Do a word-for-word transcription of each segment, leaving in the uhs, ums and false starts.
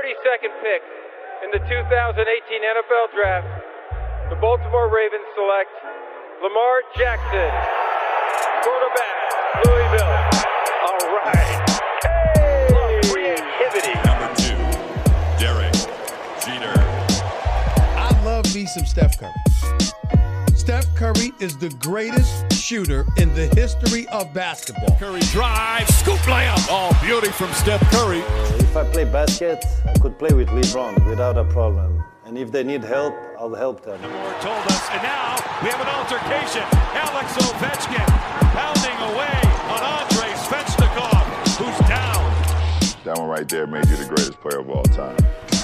thirty-second pick in the two thousand eighteen N F L Draft, the Baltimore Ravens select Lamar Jackson, quarterback, Louisville. All right. Hey! Creativity. Number two, Derek Jeter. I love me some Steph Curry. Steph Curry is the greatest shooter in the history of basketball. Curry drive, scoop layup. Oh, beauty from Steph Curry. If I play basket, I could play with LeBron without a problem. And if they need help, I'll help them. Moore told us, and now we have an altercation. Alex Ovechkin pounding away on Andrei Svechnikov, who's down. That one right there made you the greatest player of all time.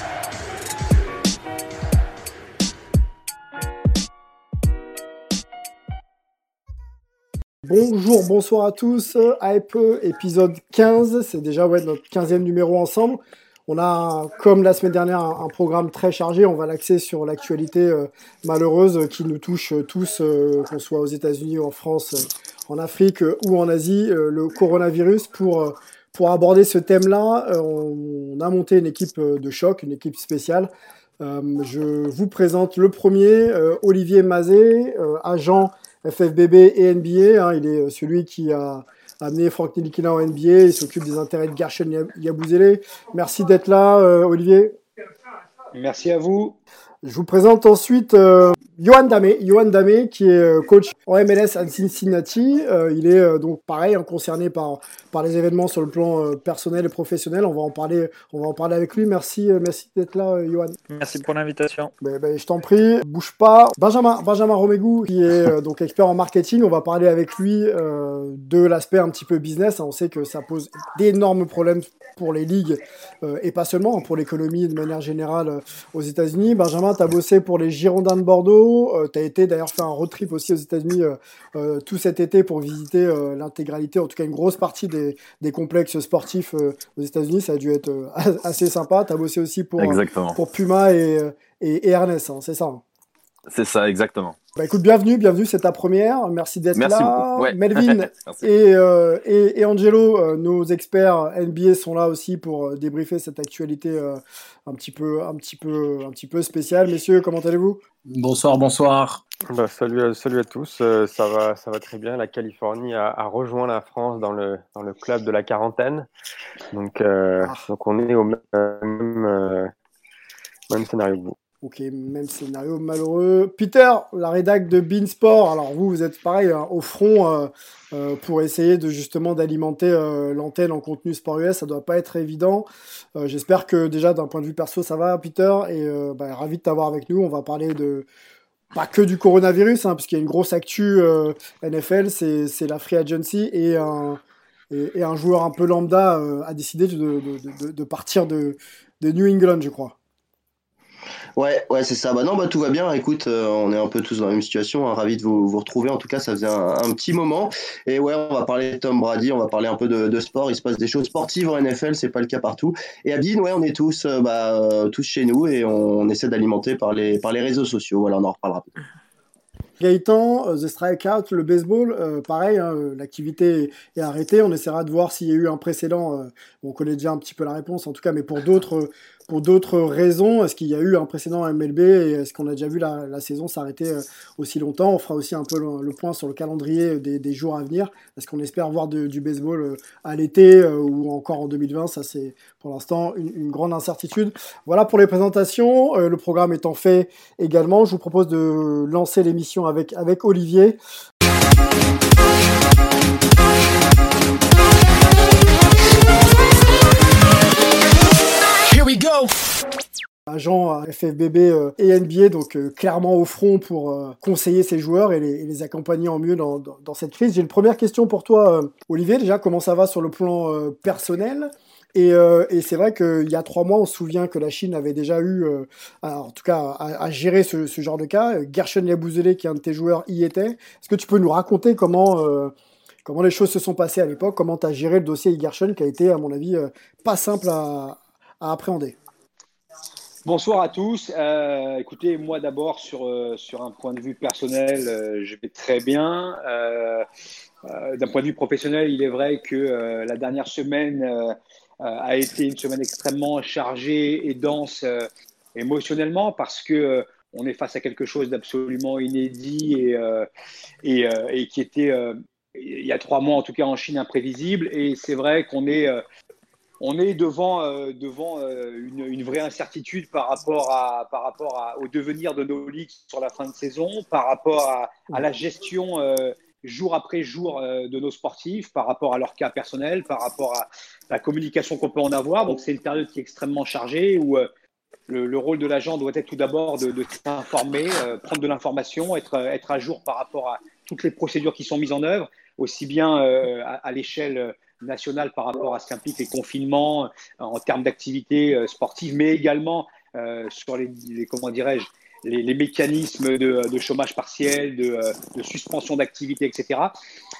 Bonjour, bonsoir à tous, Hype épisode quinze, c'est déjà ouais, notre quinzième numéro ensemble. On a, comme la semaine dernière, un, un programme très chargé, on va l'axer sur l'actualité euh, malheureuse qui nous touche tous, euh, qu'on soit aux États-Unis ou en France, euh, en Afrique euh, ou en Asie, euh, le coronavirus. Pour, euh, pour aborder ce thème-là, euh, on, on a monté une équipe de choc, une équipe spéciale. Euh, je vous présente le premier, euh, Olivier Mazet, euh, agent F F B B et N B A, hein, il est celui qui a amené Frank Ntilikina en N B A, il s'occupe des intérêts de Gershon Yabusele. Merci d'être là, euh, Olivier. Merci à vous. Je vous présente ensuite euh, Yohan Damé, Yohan Damé qui est coach en M L S à Cincinnati. Euh, il est euh, donc pareil hein, concerné par par les événements sur le plan euh, personnel et professionnel. On va en parler, on va en parler avec lui. Merci, euh, merci d'être là, euh, Yohan. Merci pour l'invitation. Ben, ben, je t'en prie, bouge pas. Benjamin, Benjamin Romégou qui est euh, donc expert en marketing. On va parler avec lui euh, de l'aspect un petit peu business. On sait que ça pose d'énormes problèmes pour les ligues euh, et pas seulement pour l'économie de manière générale euh, aux États-Unis. Benjamin, tu as bossé pour les Girondins de Bordeaux. Euh, tu as été d'ailleurs fait un road trip aussi aux États-Unis euh, euh, tout cet été pour visiter euh, l'intégralité, en tout cas une grosse partie des, des complexes sportifs euh, aux États-Unis. Ça a dû être euh, assez sympa. Tu as bossé aussi pour, euh, pour Puma et, et, et Ernest, hein, c'est ça hein. C'est ça, exactement. Bah écoute, bienvenue, bienvenue, c'est ta première. Merci d'être Merci là. beaucoup. Ouais. Melvin et, euh, et, et Angelo, euh, nos experts N B A sont là aussi pour euh, débriefer cette actualité euh, un petit peu, un petit peu, un petit peu spéciale. Messieurs, comment allez-vous ? Bonsoir, bonsoir. Bah, salut, à, salut à tous. Euh, ça va, ça va très bien. La Californie a, a rejoint la France dans le dans le club de la quarantaine. Donc, euh, ah. donc on est au même, euh, même scénario que vous. Ok, même scénario malheureux. Peter, la rédac de Beansport. Alors vous, vous êtes pareil hein, au front euh, euh, pour essayer de justement d'alimenter euh, l'antenne en contenu sport U S. Ça doit pas être évident. Euh, j'espère que déjà d'un point de vue perso, ça va, Peter. Et euh, bah, ravi de t'avoir avec nous. On va parler de pas que du coronavirus, hein, puisqu'il y a une grosse actu euh, N F L, c'est, c'est la free agency et un et, et un joueur un peu lambda euh, a décidé de, de, de, de partir de, de New England, je crois. Ouais, ouais, c'est ça. Bah non, bah tout va bien. Écoute, euh, on est un peu tous dans la même situation. Hein. Ravi de vous, vous retrouver. En tout cas, ça faisait un, un petit moment. Et ouais, on va parler de Tom Brady. On va parler un peu de, de sport. Il se passe des choses sportives en N F L. C'est pas le cas partout. Et à Bean, ouais, on est tous, euh, bah, euh, tous chez nous et on, on essaie d'alimenter par les, par les réseaux sociaux. Voilà, on en reparlera. Gaëtan, The Strikeout, le baseball, euh, pareil, hein, l'activité est arrêtée. On essaiera de voir s'il y a eu un précédent. Euh, on connaît déjà un petit peu la réponse, en tout cas, mais pour d'autres, pour d'autres raisons, est-ce qu'il y a eu un précédent à M L B et est-ce qu'on a déjà vu la, la saison s'arrêter euh, aussi longtemps ? On fera aussi un peu le, le point sur le calendrier des, des jours à venir. Est-ce qu'on espère voir de, du baseball euh, à l'été euh, ou encore en deux mille vingt ? Ça, c'est pour l'instant une, une grande incertitude. Voilà pour les présentations. Euh, le programme étant fait également, je vous propose de lancer l'émission avec, avec Olivier. Here we go. Agent à F F B B euh, et N B A, donc euh, clairement au front pour euh, conseiller ses joueurs et les, et les accompagner en mieux dans, dans, dans cette crise. J'ai une première question pour toi, euh, Olivier. Déjà, comment ça va sur le plan euh, personnel ? Et, euh, et c'est vrai qu'il y a trois mois, on se souvient que la Chine avait déjà eu, euh, alors, en tout cas, à, à gérer ce, ce genre de cas. Gershon Yabusele, qui est un de tes joueurs, y était. Est-ce que tu peux nous raconter comment, euh, comment les choses se sont passées à l'époque ? Comment tu as géré le dossier Gershon, qui a été, à mon avis, euh, pas simple à, à appréhender ? Bonsoir à tous. Euh, écoutez, moi d'abord, sur, euh, sur un point de vue personnel, euh, je vais très bien. Euh, euh, d'un point de vue professionnel, il est vrai que euh, la dernière semaine... Euh, a été une semaine extrêmement chargée et dense euh, émotionnellement parce que euh, on est face à quelque chose d'absolument inédit et, euh, et, euh, et qui était, euh, il y a trois mois en tout cas en Chine, imprévisible. Et c'est vrai qu'on est, euh, on est devant, euh, devant euh, une, une vraie incertitude par rapport, à, par rapport à, au devenir de nos ligues sur la fin de saison, par rapport à, à la gestion euh, jour après jour euh, de nos sportifs, par rapport à leur cas personnel, par rapport à la communication qu'on peut en avoir. Donc c'est une période qui est extrêmement chargée où euh, Le, le rôle de l'agent doit être tout d'abord de, de s'informer, euh, prendre de l'information, être, être à jour par rapport à toutes les procédures qui sont mises en œuvre, aussi bien euh, à, à l'échelle nationale par rapport à ce qu'impliquent les confinements euh, en termes d'activité euh, sportive, mais également euh, sur les, les comment dirais-je, les, les mécanismes de, de chômage partiel, de, de suspension d'activité, et cetera.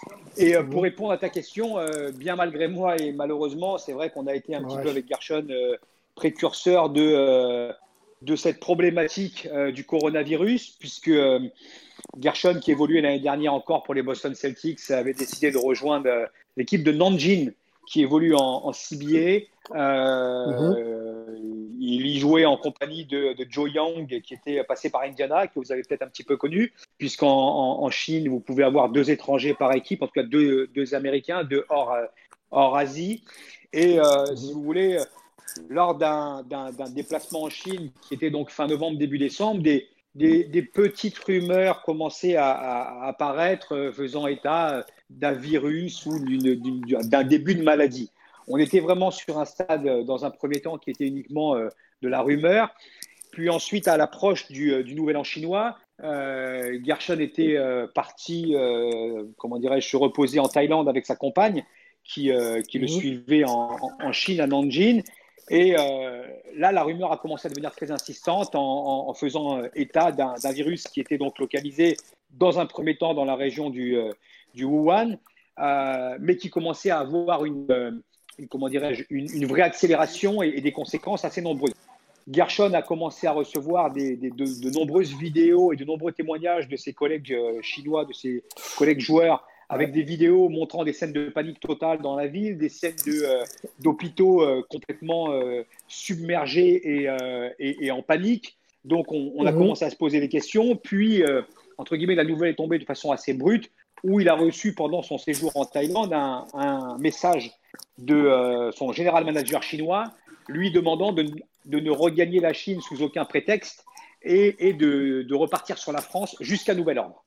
Et euh, pour répondre à ta question, euh, bien malgré moi et malheureusement, c'est vrai qu'on a été un ouais. petit peu avec Gershon euh, précurseur de, euh, de cette problématique euh, du coronavirus, puisque euh, Gershon, qui évoluait l'année dernière encore pour les Boston Celtics, avait décidé de rejoindre euh, l'équipe de Nanjing, qui évolue en, en C B A. Euh, mm-hmm. Il y jouait en compagnie de, de Joe Young, qui était passé par Indiana, que vous avez peut-être un petit peu connu, puisqu'en en, en Chine, vous pouvez avoir deux étrangers par équipe, en tout cas deux, deux Américains, deux hors, hors Asie. Et euh, mm-hmm. si vous voulez, lors d'un, d'un, d'un déplacement en Chine, qui était donc fin novembre, début décembre, des, des, des petites rumeurs commençaient à, à, à apparaître, faisant état d'un virus ou d'une, d'une, d'un début de maladie. On était vraiment sur un stade, dans un premier temps, qui était uniquement euh, de la rumeur. Puis ensuite, à l'approche du, euh, du Nouvel An chinois, euh, Gershon était euh, parti, euh, comment dirais-je, se reposer en Thaïlande avec sa compagne, qui, euh, qui mmh. le suivait en, en Chine, à Nanjing. Et euh, là, la rumeur a commencé à devenir très insistante en, en, en faisant état d'un, d'un virus qui était donc localisé dans un premier temps dans la région du, euh, du Wuhan, euh, mais qui commençait à avoir une, euh, une, comment dirais-je, une, une vraie accélération et, et des conséquences assez nombreuses. Gershon a commencé à recevoir des, des, de, de nombreuses vidéos et de nombreux témoignages de ses collègues euh, chinois, de ses collègues joueurs, avec des vidéos montrant des scènes de panique totale dans la ville, des scènes de, euh, d'hôpitaux euh, complètement euh, submergés et, euh, et, et en panique. Donc, on, on a mmh. commencé à se poser des questions. Puis, euh, entre guillemets, la nouvelle est tombée de façon assez brute, où il a reçu pendant son séjour en Thaïlande un, un message de euh, son général manager chinois, lui demandant de, de ne regagner la Chine sous aucun prétexte et, et de, de repartir sur la France jusqu'à nouvel ordre.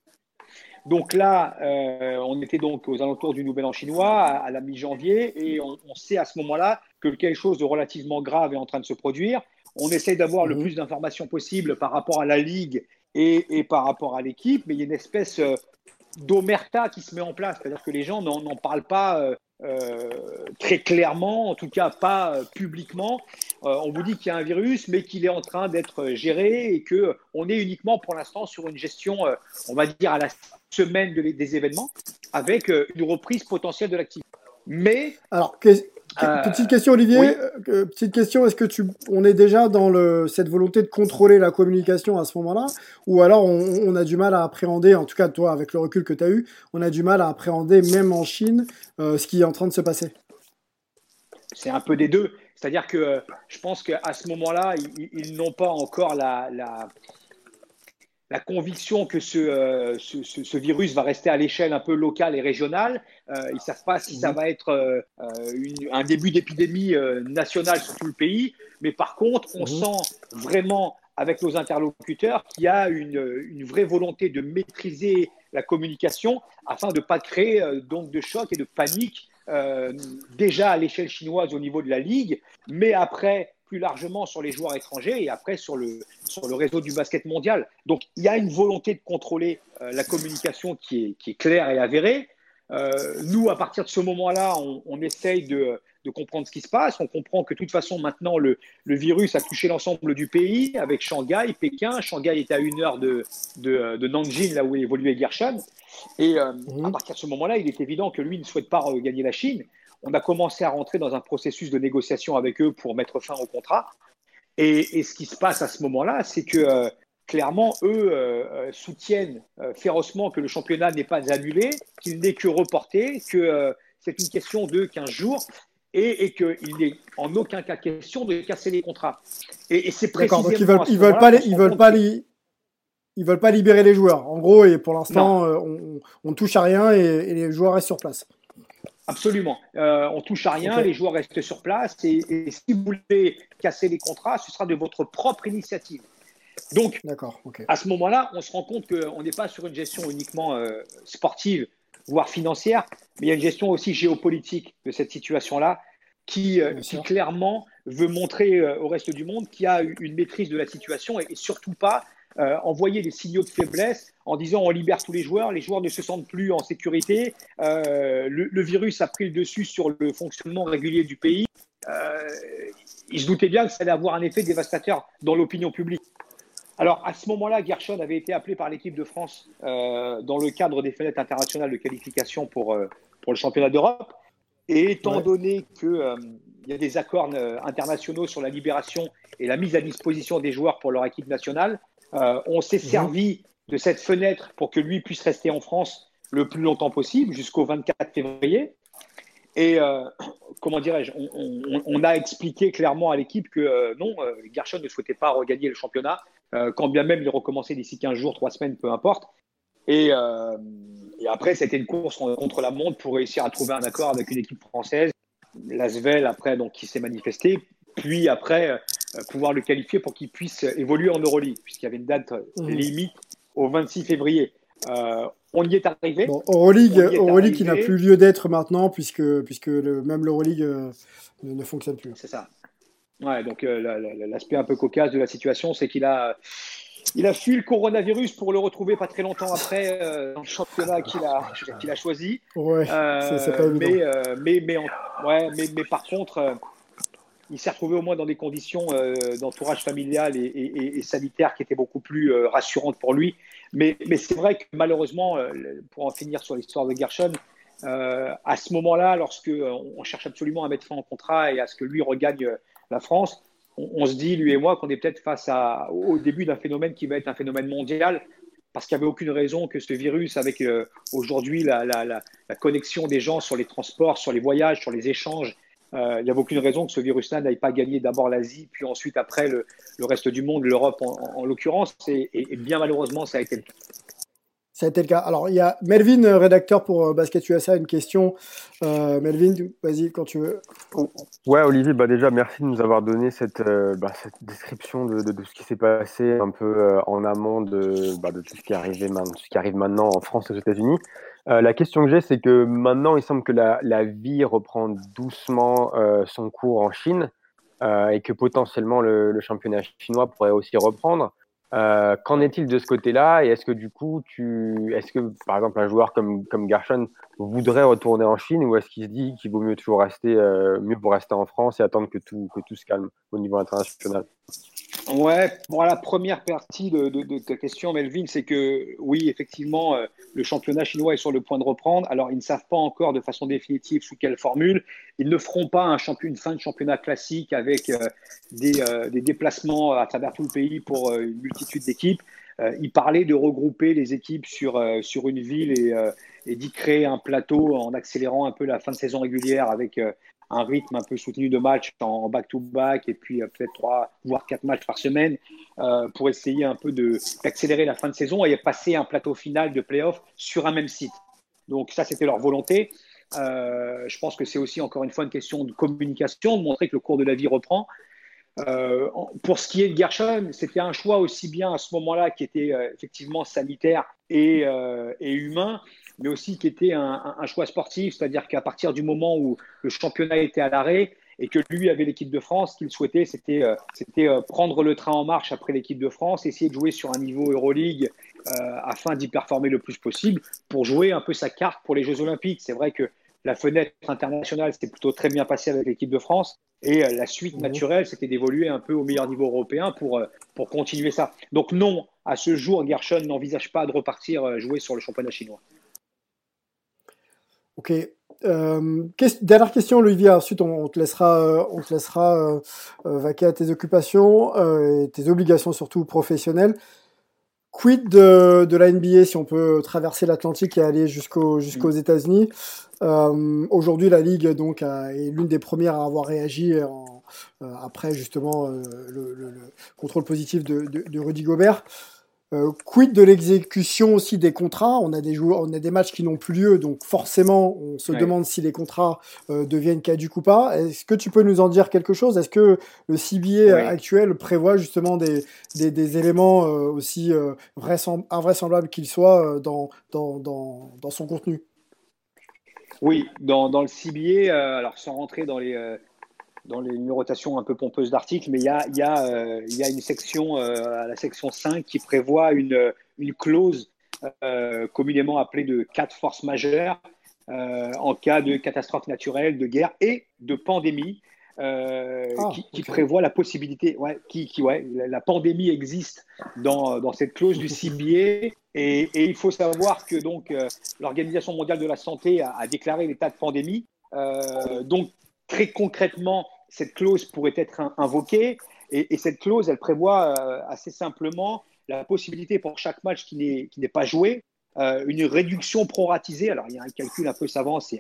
Donc là, euh, on était donc aux alentours du Nouvel An chinois, à, à la mi-janvier, et on, on sait à ce moment-là que quelque chose de relativement grave est en train de se produire. On essaye d'avoir mmh. le plus d'informations possible par rapport à la Ligue et, et par rapport à l'équipe, mais il y a une espèce euh, d'omerta qui se met en place, c'est-à-dire que les gens n'en, n'en parlent pas euh, euh, très clairement, en tout cas pas euh, publiquement. Euh, on vous dit qu'il y a un virus, mais qu'il est en train d'être géré et qu'on est uniquement pour l'instant sur une gestion, euh, on va dire, à la semaine de, des événements, avec euh, une reprise potentielle de l'activité. Mais… Alors, que, euh, petite question, Olivier. Oui. Euh, petite question, est-ce que tu, on est déjà dans le, cette volonté de contrôler la communication à ce moment-là, ou alors on, on a du mal à appréhender, en tout cas toi, avec le recul que tu as eu, on a du mal à appréhender, même en Chine, euh, ce qui est en train de se passer? C'est un peu des deux. C'est-à-dire que euh, je pense qu'à ce moment-là, ils, ils n'ont pas encore la, la, la conviction que ce, euh, ce, ce, ce virus va rester à l'échelle un peu locale et régionale. Euh, ils ne savent pas si ça va être euh, une, un début d'épidémie euh, nationale sur tout le pays. Mais par contre, on mmh. sent vraiment avec nos interlocuteurs qu'il y a une, une vraie volonté de maîtriser la communication afin de ne pas créer euh, donc de choc et de panique. Euh, déjà à l'échelle chinoise au niveau de la Ligue, mais après plus largement sur les joueurs étrangers et après sur le, sur le réseau du basket mondial. Donc il y a une volonté de contrôler euh, la communication qui est, qui est claire et avérée. Euh, nous, à partir de ce moment-là, on, on essaye de, de comprendre ce qui se passe. On comprend que de toute façon, maintenant, le, le virus a touché l'ensemble du pays avec Shanghai, Pékin. Shanghai est à une heure de, de, de Nanjing, là où évoluait Gershon. Et euh, mmh. à partir de ce moment-là, il est évident que lui ne souhaite pas gagner la Chine. On a commencé à rentrer dans un processus de négociation avec eux pour mettre fin au contrat. Et, et ce qui se passe à ce moment-là, c'est que euh, clairement, eux euh, soutiennent euh, férocement que le championnat n'est pas annulé, qu'il n'est que reporté, que euh, c'est une question de quinze jours. et, et qu'il n'est en aucun cas question de casser les contrats. Et, et c'est précisément. D'accord, donc ils veulent, ils veulent pas, les, ils veulent pas les, ils veulent pas libérer les joueurs. En gros, et pour l'instant, euh, on, on touche à rien et, et les joueurs restent sur place. Absolument. Euh, on touche à rien, okay. Les joueurs restent sur place et, et si vous voulez casser les contrats, ce sera de votre propre initiative. Donc, okay. À ce moment-là, on se rend compte qu'on n'est pas sur une gestion uniquement euh, sportive, voire financière, mais il y a une gestion aussi géopolitique de cette situation-là qui, euh, qui clairement veut montrer euh, au reste du monde qu'il y a une maîtrise de la situation et, et surtout pas euh, envoyer des signaux de faiblesse en disant on libère tous les joueurs, les joueurs ne se sentent plus en sécurité, euh, le, le virus a pris le dessus sur le fonctionnement régulier du pays. Euh, ils se doutaient bien que ça allait avoir un effet dévastateur dans l'opinion publique. Alors, à ce moment-là, Gershon avait été appelé par l'équipe de France euh, dans le cadre des fenêtres internationales de qualification pour, euh, pour le championnat d'Europe. Et étant ouais. donné qu'il euh, y a des accords euh, internationaux sur la libération et la mise à disposition des joueurs pour leur équipe nationale, euh, on s'est mmh. servi de cette fenêtre pour que lui puisse rester en France le plus longtemps possible, jusqu'au vingt-quatre février. Et euh, comment dirais-je, on, on, on a expliqué clairement à l'équipe que euh, non, euh, Gershon ne souhaitait pas regagner le championnat, euh, quand bien même il recommençait d'ici quinze jours, trois semaines, peu importe. Et, euh, et après, c'était une course contre la montre pour réussir à trouver un accord avec une équipe française, l'Asvel, après, donc, qui s'est manifesté, puis après, euh, pouvoir le qualifier pour qu'il puisse évoluer en Euroleague, puisqu'il y avait une date mmh. limite au vingt-six février. Euh, on y est arrivé. Bon, Euroleague, Euroleague qui n'a plus lieu d'être maintenant, puisque, puisque le, même l'Euroleague euh, ne, ne fonctionne plus. C'est ça. Ouais, donc euh, la, la, l'aspect un peu cocasse de la situation, c'est qu'il a, il a fui le coronavirus pour le retrouver pas très longtemps après euh, dans le championnat qu'il a, qu'il a choisi. Ouais, euh, c'est, c'est pas évident. Mais, euh, mais, mais, en, ouais, mais, mais par contre, euh, il s'est retrouvé au moins dans des conditions euh, d'entourage familial et, et, et sanitaire qui étaient beaucoup plus euh, rassurantes pour lui. Mais, mais c'est vrai que malheureusement, euh, pour en finir sur l'histoire de Gershon, euh, à ce moment-là, lorsque euh, on cherche absolument à mettre fin au contrat et à ce que lui regagne euh, la France, on, on se dit, lui et moi, qu'on est peut-être face à, au début d'un phénomène qui va être un phénomène mondial, parce qu'il n'y avait aucune raison que ce virus, avec euh, aujourd'hui la, la, la, la connexion des gens sur les transports, sur les voyages, sur les échanges, euh, il n'y avait aucune raison que ce virus-là n'aille pas gagner d'abord l'Asie, puis ensuite après le, le reste du monde, l'Europe en, en, en l'occurrence, et, et, et bien malheureusement, ça a été le cas. Ça a été le cas. Alors, il y a Melvin, rédacteur pour Basket U S A, une question. Euh, Melvin, vas-y, quand tu veux. Ouais, Olivier, bah déjà, merci de nous avoir donné cette, euh, bah, cette description de, de, de ce qui s'est passé un peu euh, en amont de, bah, de tout ce qui, arrivait, tout ce qui arrive maintenant en France et aux États-Unis. Euh, la question que j'ai, c'est que maintenant, il semble que la, la vie reprend doucement euh, son cours en Chine euh, et que potentiellement le, le championnat chinois pourrait aussi reprendre. Euh, qu'en est-il de ce côté-là? Et est-ce que du coup, tu, est-ce que par exemple un joueur comme comme Gershon voudrait retourner en Chine, ou est-ce qu'il se dit qu'il vaut mieux toujours rester, euh, mieux pour rester en France et attendre que tout que tout se calme au niveau international? Ouais, pour la première partie de, de, de ta question, Melvin, c'est que oui, effectivement, euh, le championnat chinois est sur le point de reprendre. Alors, ils ne savent pas encore de façon définitive sous quelle formule. Ils ne feront pas un champion, une fin de championnat classique avec euh, des, euh, des déplacements à travers tout le pays pour euh, une multitude d'équipes. Euh, ils parlaient de regrouper les équipes sur, euh, sur une ville et, euh, et d'y créer un plateau en accélérant un peu la fin de saison régulière avec euh, un rythme un peu soutenu de matchs en back-to-back et puis euh, peut-être trois, voire quatre matchs par semaine euh, pour essayer un peu de, d'accélérer la fin de saison et passer un plateau final de play-off sur un même site. Donc ça, c'était leur volonté. Euh, je pense que c'est aussi encore une fois une question de communication, de montrer que le cours de la vie reprend. Euh, pour ce qui est de Gershon, c'était un choix aussi bien à ce moment-là qui était euh, effectivement sanitaire et, euh, et humain, mais aussi qui était un, un, un choix sportif, c'est-à-dire qu'à partir du moment où le championnat était à l'arrêt et que lui avait l'équipe de France, ce qu'il souhaitait, c'était, euh, c'était euh, prendre le train en marche après l'équipe de France, essayer de jouer sur un niveau Euroleague euh, afin d'y performer le plus possible pour jouer un peu sa carte pour les Jeux Olympiques. C'est vrai que la fenêtre internationale s'était plutôt très bien passée avec l'équipe de France et euh, la suite naturelle, c'était d'évoluer un peu au meilleur niveau européen pour, euh, pour continuer ça. Donc non, à ce jour, Gershon n'envisage pas de repartir euh, jouer sur le championnat chinois. Ok. Euh, quest- dernière question, Olivier. Ensuite, on, on te laissera, euh, on te laissera euh, euh, vaquer à tes occupations euh, et tes obligations surtout professionnelles. Quid de, de la N B A si on peut traverser l'Atlantique et aller jusqu'au, jusqu'aux États-Unis? Euh, aujourd'hui, la Ligue donc, a, est l'une des premières à avoir réagi en, euh, après justement euh, le, le, le contrôle positif de, de, de Rudy Gobert. Euh, quid de l'exécution aussi des contrats? On a des joueurs, on a des matchs qui n'ont plus lieu, donc forcément, on se ouais. demande si les contrats euh, deviennent caducs ou pas. Est-ce que tu peux nous en dire quelque chose? Est-ce que le C B A ouais. actuel prévoit justement des, des, des éléments euh, aussi euh, vraisem- invraisemblables qu'ils soient euh, dans, dans, dans, dans son contenu? Oui, dans, dans le C B A, euh, alors sans rentrer dans les... Euh... dans les numérotations un peu pompeuses d'articles, mais il y a, il y a, euh, il y a une section, euh, la section cinq, qui prévoit une, une clause euh, communément appelée de cas de force majeure euh, en cas de catastrophe naturelle, de guerre et de pandémie, euh, ah, qui, qui okay. prévoit la possibilité, ouais, qui, qui, ouais, la, la pandémie existe dans, dans cette clause du C B A, et, et il faut savoir que donc euh, l'Organisation mondiale de la santé a, a déclaré l'état de pandémie, euh, donc très concrètement, cette clause pourrait être invoquée et, et cette clause, elle prévoit euh, assez simplement la possibilité pour chaque match qui n'est, qui n'est pas joué, euh, une réduction proratisée. Alors, il y a un calcul un peu savant, c'est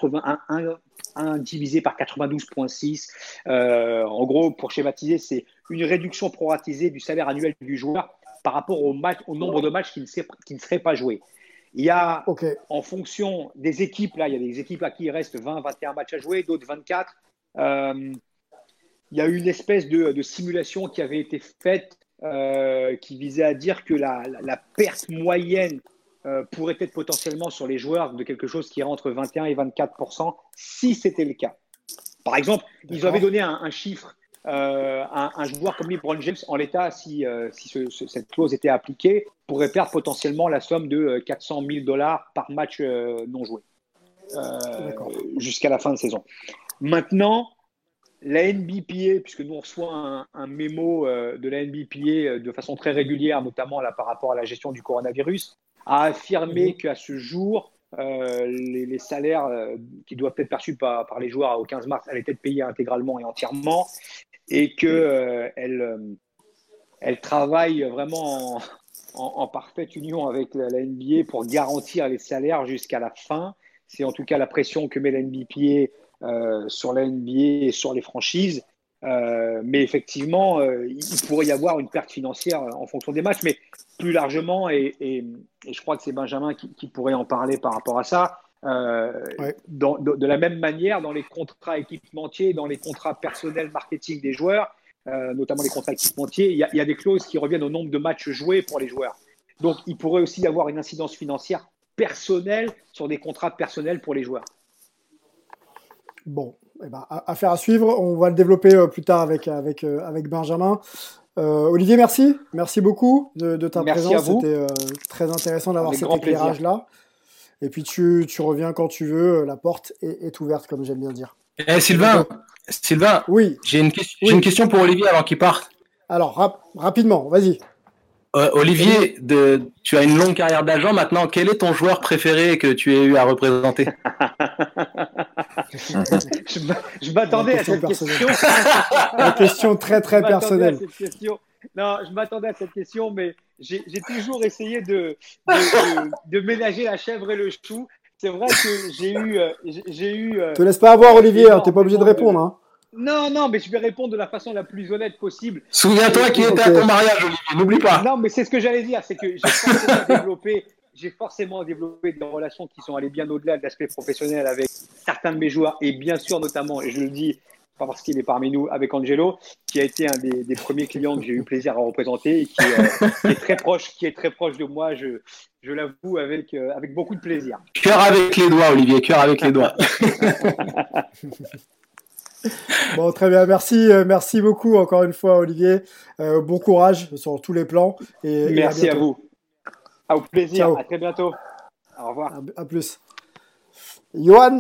un divisé par quatre-vingt-douze virgule six. Euh, en gros, pour schématiser, c'est une réduction proratisée du salaire annuel du joueur par rapport au, match, au nombre de matchs qui ne, seraient, qui ne seraient pas joués. Il y a, okay. en fonction des équipes, là, il y a des équipes à qui il reste vingt, vingt et un matchs à jouer, d'autres vingt-quatre. Euh, il y a une espèce de, de simulation qui avait été faite euh, qui visait à dire que la, la, la perte moyenne euh, pourrait être potentiellement sur les joueurs de quelque chose qui est entre vingt et un et vingt-quatre pour cent si c'était le cas. Par exemple, D'accord. ils avaient donné un, un chiffre. Euh, un, un joueur comme LeBron James, en l'état, si, euh, si ce, ce, cette clause était appliquée, pourrait perdre potentiellement la somme de euh, quatre cent mille dollars par match euh, non joué euh, jusqu'à la fin de saison. Maintenant, la N B P A, puisque nous on reçoit un, un mémo euh, de la N B P A de façon très régulière, notamment là, par rapport à la gestion du coronavirus, a affirmé mmh. qu'à ce jour, Euh, les, les salaires euh, qui doivent être perçus par, par les joueurs au quinze mars allaient être payés intégralement et entièrement, et qu'elle euh, euh, elle travaille vraiment en, en, en parfaite union avec la, la N B A pour garantir les salaires jusqu'à la fin. C'est en tout cas la pression que met la N B P A euh, sur la N B A et sur les franchises. Euh, mais effectivement, euh, il pourrait y avoir une perte financière en fonction des matchs, mais plus largement, et, et, et je crois que c'est Benjamin qui, qui pourrait en parler par rapport à ça, euh, ouais. dans, de, de la même manière, dans les contrats équipementiers, dans les contrats personnels marketing des joueurs, euh, notamment les contrats équipementiers, il y, a, il y a des clauses qui reviennent au nombre de matchs joués pour les joueurs. Donc, il pourrait aussi y avoir une incidence financière personnelle sur des contrats personnels pour les joueurs. Bon, eh ben, affaire à suivre. On va le développer euh, plus tard avec, avec, euh, avec Benjamin. Euh, Olivier, merci. Merci beaucoup de, de ta merci présence. C'était euh, très intéressant d'avoir avec cet éclairage-là. Et puis, tu, tu reviens quand tu veux. La porte est, est ouverte, comme j'aime bien dire. Eh, Sylvain, Sylvain oui. j'ai, une, que- oui. j'ai une question pour Olivier avant qu'il parte. Alors, rap- rapidement, vas-y. Euh, Olivier, de, tu as une longue carrière d'agent maintenant. Quel est ton joueur préféré que tu aies eu à représenter? je, je m'attendais à cette personnelle. question. Une question très très personnelle. Question. Non, je m'attendais à cette question, mais j'ai, j'ai toujours essayé de, de, de, de ménager la chèvre et le chou. C'est vrai que j'ai eu, euh, j'ai, j'ai eu. Euh, te laisse pas avoir, Olivier. Hein, t'es pas obligé de répondre. Hein. Non, non, mais je vais répondre de la façon la plus honnête possible. Souviens-toi qui était okay. à ton mariage, Olivier, n'oublie pas. Non, mais c'est ce que j'allais dire, c'est que j'ai forcément développé, j'ai forcément développé des relations qui sont allées bien au-delà de l'aspect professionnel avec certains de mes joueurs, et bien sûr, notamment, et je le dis, pas parce qu'il est parmi nous, avec Angelo, qui a été un des, des premiers clients que j'ai eu plaisir à représenter et qui, euh, qui est très proche, qui est très proche de moi, je, je l'avoue, avec, euh, avec beaucoup de plaisir. Cœur avec les doigts, Olivier, cœur avec les doigts. Bon, très bien, merci, euh, merci beaucoup encore une fois, Olivier. Euh, bon courage sur tous les plans. Et, merci et à, à vous. Au plaisir, Ciao. À très bientôt. Au revoir. À, à plus. Johan,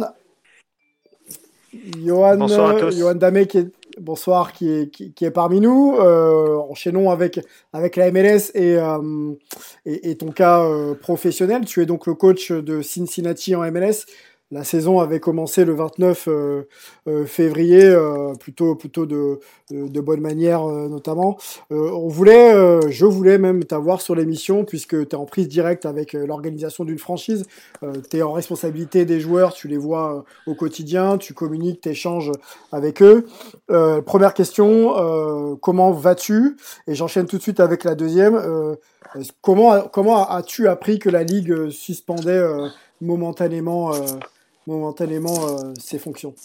Johan, bonsoir à tous. Johan Damé, qui est, bonsoir, qui est, qui, qui est parmi nous. Euh, enchaînons avec, avec la M L S et, euh, et, et ton cas euh, professionnel. Tu es donc le coach de Cincinnati en M L S. la saison avait commencé le vingt-neuf euh, euh, février, euh, plutôt, plutôt de, de, de bonne manière euh, notamment. Euh, on voulait, euh, je voulais même t'avoir sur l'émission puisque tu es en prise directe avec euh, l'organisation d'une franchise. Euh, tu es en responsabilité des joueurs, tu les vois euh, au quotidien, tu communiques, tu échanges avec eux. Euh, première question, euh, comment vas-tu? Et j'enchaîne tout de suite avec la deuxième. Euh, comment, comment as-tu appris que la Ligue suspendait euh, momentanément, euh, momentanément euh, ses fonctions?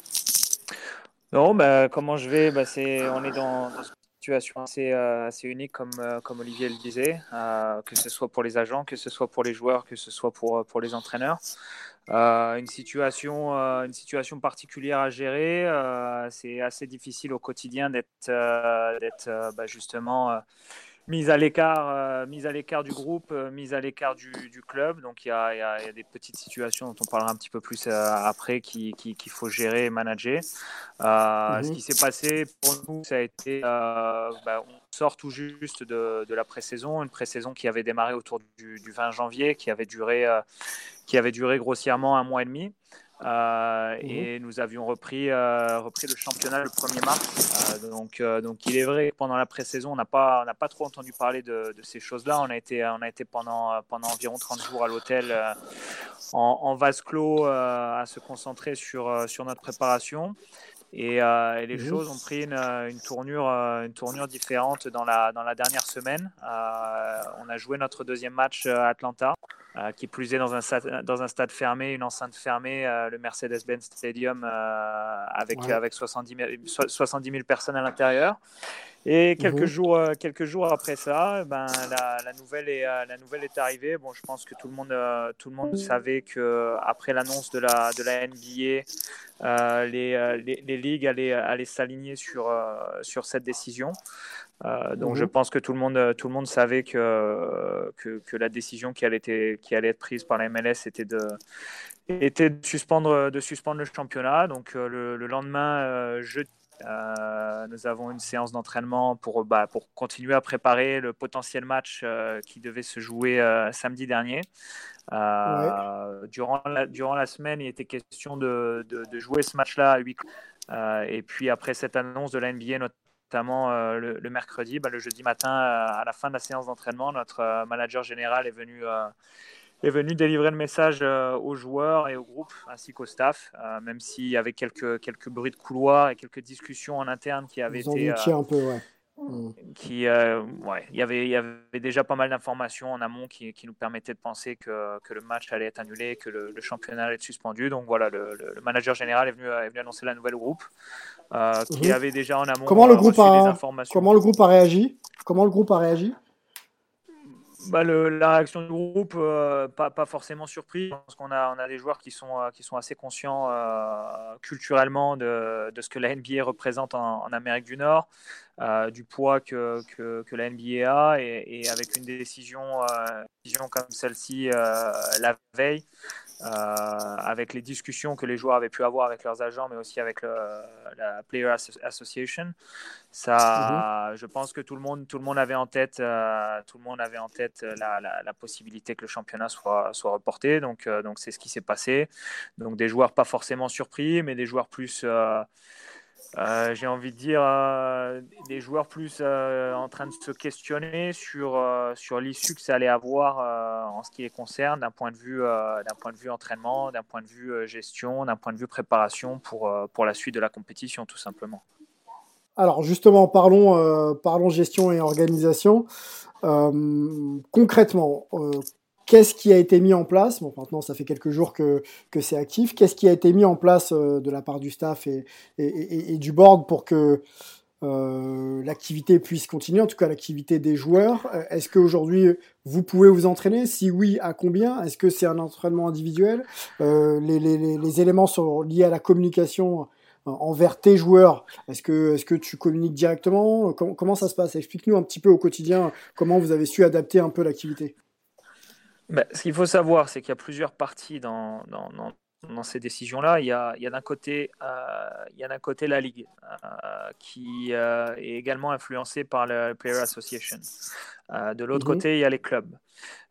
Non, bah, comment je vais, bah, c'est, on est dans, dans une situation assez, euh, assez unique, comme, euh, comme Olivier le disait, euh, que ce soit pour les agents, que ce soit pour les joueurs, que ce soit pour, pour les entraîneurs. Euh, une, situation, euh, une situation particulière à gérer. Euh, c'est assez difficile au quotidien d'être, euh, d'être euh, bah, justement euh, mise à l'écart, euh, mise à l'écart du groupe, euh, mise à l'écart du, du club. Donc il y a, y, a, y a des petites situations dont on parlera un petit peu plus euh, après qui, qui, qu'il faut gérer et manager. Euh, mm-hmm. Ce qui s'est passé pour nous, ça a été, euh, bah, on sort tout juste de, de la pré-saison, une pré-saison qui avait démarré autour du, du vingt janvier, qui avait duré, euh, qui avait duré grossièrement un mois et demi. Euh, mmh. Et nous avions repris, euh, repris le championnat le premier mars. Euh, donc, euh, donc il est vrai que pendant la pré-saison, on n'a pas, on n'a pas trop entendu parler de, de ces choses-là. On a été, on a été pendant, pendant environ trente jours à l'hôtel euh, en, en vase clos euh, à se concentrer sur, euh, sur notre préparation. Et, euh, et les mmh. choses ont pris une, une, tournure, une tournure différente dans la, dans la dernière semaine. Euh, on a joué notre deuxième match à Atlanta. Euh, qui plus est dans un, stade, dans un stade fermé, une enceinte fermée, euh, le Mercedes-Benz Stadium, euh, avec, ouais. avec soixante-dix mille personnes à l'intérieur. Et quelques, mmh. jours, euh, quelques jours après ça, ben, la, la, nouvelle est, euh, la nouvelle est arrivée. Bon, je pense que tout le monde, euh, tout le monde savait qu'après l'annonce de la, de la N B A, euh, les, euh, les, les ligues allaient, allaient s'aligner sur, euh, sur cette décision. Euh, donc, mmh. je pense que tout le monde, tout le monde savait que, que, que la décision qui allait, être, qui allait être prise par la M L S était de, était de, suspendre, de suspendre le championnat. Donc, euh, le, le lendemain, euh, jeudi, euh, nous avons une séance d'entraînement pour, bah, pour continuer à préparer le potentiel match euh, qui devait se jouer euh, samedi dernier. Euh, ouais. durant, la, durant la semaine, il était question de, de, de jouer ce match-là à huis clos. Euh, et puis, après cette annonce de la N B A, notre notamment euh, le, le mercredi, bah, le jeudi matin, euh, à la fin de la séance d'entraînement, notre euh, manager général est venu, euh, est venu délivrer le message euh, aux joueurs et au groupe, ainsi qu'au staff, euh, même s'il y avait quelques, quelques bruits de couloir et quelques discussions en interne qui avaient Vous été... Euh, un peu, ouais. Mmh. Qui, euh, ouais, il y avait, il y avait déjà pas mal d'informations en amont qui, qui nous permettaient de penser que, que le match allait être annulé, que le, le championnat allait être suspendu. Donc voilà, le, le, le manager général est venu, est venu annoncer la nouvelle au groupe, euh, qui mmh. avait déjà en amont comment le groupe reçu a, des informations. Comment le groupe a réagi Comment le groupe a réagi Bah, le, la réaction du groupe, euh, pas, pas forcément surpris, parce qu'on a, on a des joueurs qui sont, euh, qui sont assez conscients euh, culturellement de, de ce que la N B A représente en, en Amérique du Nord, euh, du poids que, que, que la N B A a, et, et avec une décision, euh, décision comme celle-ci euh, la veille, euh, avec les discussions que les joueurs avaient pu avoir avec leurs agents, mais aussi avec le, la Player Association. Ça, mm-hmm. Je pense que tout le monde, tout le monde avait en tête, euh, tout le monde avait en tête la, la, la possibilité que le championnat soit, soit reporté. Donc, euh, donc c'est ce qui s'est passé. Donc des joueurs pas forcément surpris, mais des joueurs plus, euh, euh, j'ai envie de dire, euh, des joueurs plus euh, en train de se questionner sur euh, sur l'issue que ça allait avoir euh, en ce qui les concerne, d'un point de vue, euh, d'un point de vue entraînement, d'un point de vue euh, gestion, d'un point de vue préparation pour euh, pour la suite de la compétition, tout simplement. Alors justement, parlons, euh, parlons gestion et organisation. Euh, concrètement, euh, qu'est-ce qui a été mis en place ? Bon, maintenant, ça fait quelques jours que, que c'est actif. Qu'est-ce qui a été mis en place euh, de la part du staff et, et, et, et du board pour que euh, l'activité puisse continuer, en tout cas l'activité des joueurs ? Est-ce qu'aujourd'hui, vous pouvez vous entraîner ? Si oui, à combien ? Est-ce que c'est un entraînement individuel ? euh, les, les, les, les éléments sont liés à la communication envers tes joueurs, est-ce que, est-ce que tu communiques directement ? comment, comment ça se passe ? Explique-nous un petit peu au quotidien comment vous avez su adapter un peu l'activité. Ben, ce qu'il faut savoir, c'est qu'il y a plusieurs parties dans, dans, dans, dans ces décisions-là. Il y a, il y a d'un côté, euh, il y a d'un côté la Ligue, euh, qui euh, est également influencée par le Player Association. Euh, de l'autre mm-hmm. côté, il y a les clubs.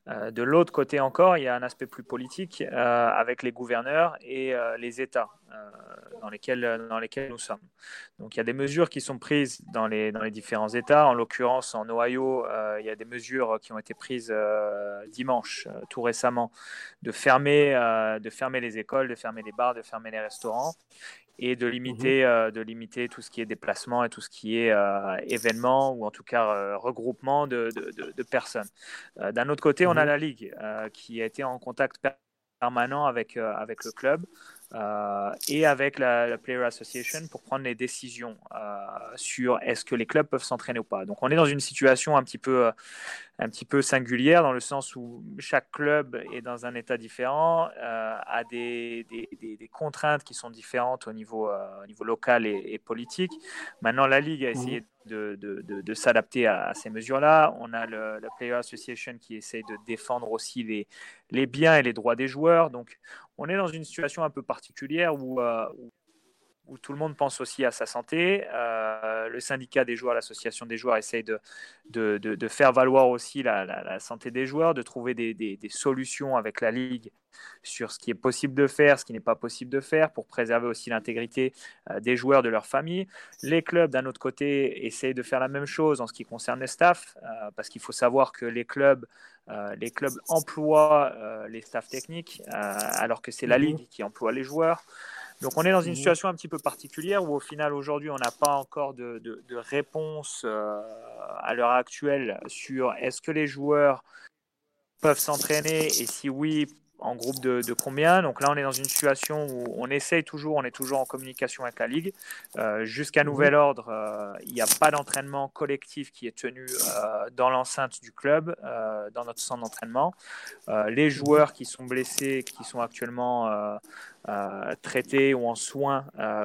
Euh, de l'autre côté encore, il y a un aspect plus politique euh, avec les gouverneurs et euh, les États euh, dans, lesquels, dans lesquels nous sommes. Donc il y a des mesures qui sont prises dans les, dans les différents États. En l'occurrence, en Ohio, euh, il y a des mesures qui ont été prises euh, dimanche, euh, tout récemment, de fermer, euh, de fermer les écoles, de fermer les bars, de fermer les restaurants et de limiter, mmh. euh, de limiter tout ce qui est déplacement et tout ce qui est euh, événement ou en tout cas euh, regroupement de, de, de, de personnes. Euh, d'un autre côté, mmh. on a la Ligue euh, qui a été en contact permanent avec, euh, avec le club euh, et avec la, la Player Association pour prendre les décisions euh, sur est-ce que les clubs peuvent s'entraîner ou pas. Donc on est dans une situation un petit peu, euh, un petit peu singulière dans le sens où chaque club est dans un état différent, euh, a des, des, des, des contraintes qui sont différentes au niveau, euh, au niveau local et, et politique. Maintenant, la Ligue a essayé mmh. de, de, de, de s'adapter à, à ces mesures-là. On a le, la Player Association qui essaye de défendre aussi les, les biens et les droits des joueurs. Donc, on est dans une situation un peu particulière où, euh, où où tout le monde pense aussi à sa santé. Euh, le syndicat des joueurs, l'association des joueurs essaye de, de, de, de faire valoir aussi la, la, la santé des joueurs, de trouver des, des, des solutions avec la Ligue sur ce qui est possible de faire, ce qui n'est pas possible de faire, pour préserver aussi l'intégrité euh, des joueurs, de leur famille. Les clubs, d'un autre côté, essayent de faire la même chose en ce qui concerne les staffs, euh, parce qu'il faut savoir que les clubs, euh, les clubs emploient euh, les staffs techniques, euh, alors que c'est la Ligue qui emploie les joueurs. Donc on est dans une situation un petit peu particulière où au final aujourd'hui on n'a pas encore de, de, de réponse euh, à l'heure actuelle sur est-ce que les joueurs peuvent s'entraîner et si oui, en groupe de, de combien. Donc là on est dans une situation où on essaye toujours, on est toujours en communication avec la Ligue. Euh, jusqu'à nouvel ordre, euh, il n'y a pas d'entraînement collectif qui est tenu euh, dans l'enceinte du club, euh, dans notre centre d'entraînement. Euh, les joueurs qui sont blessés, qui sont actuellement euh, euh, traités ou en soins, euh,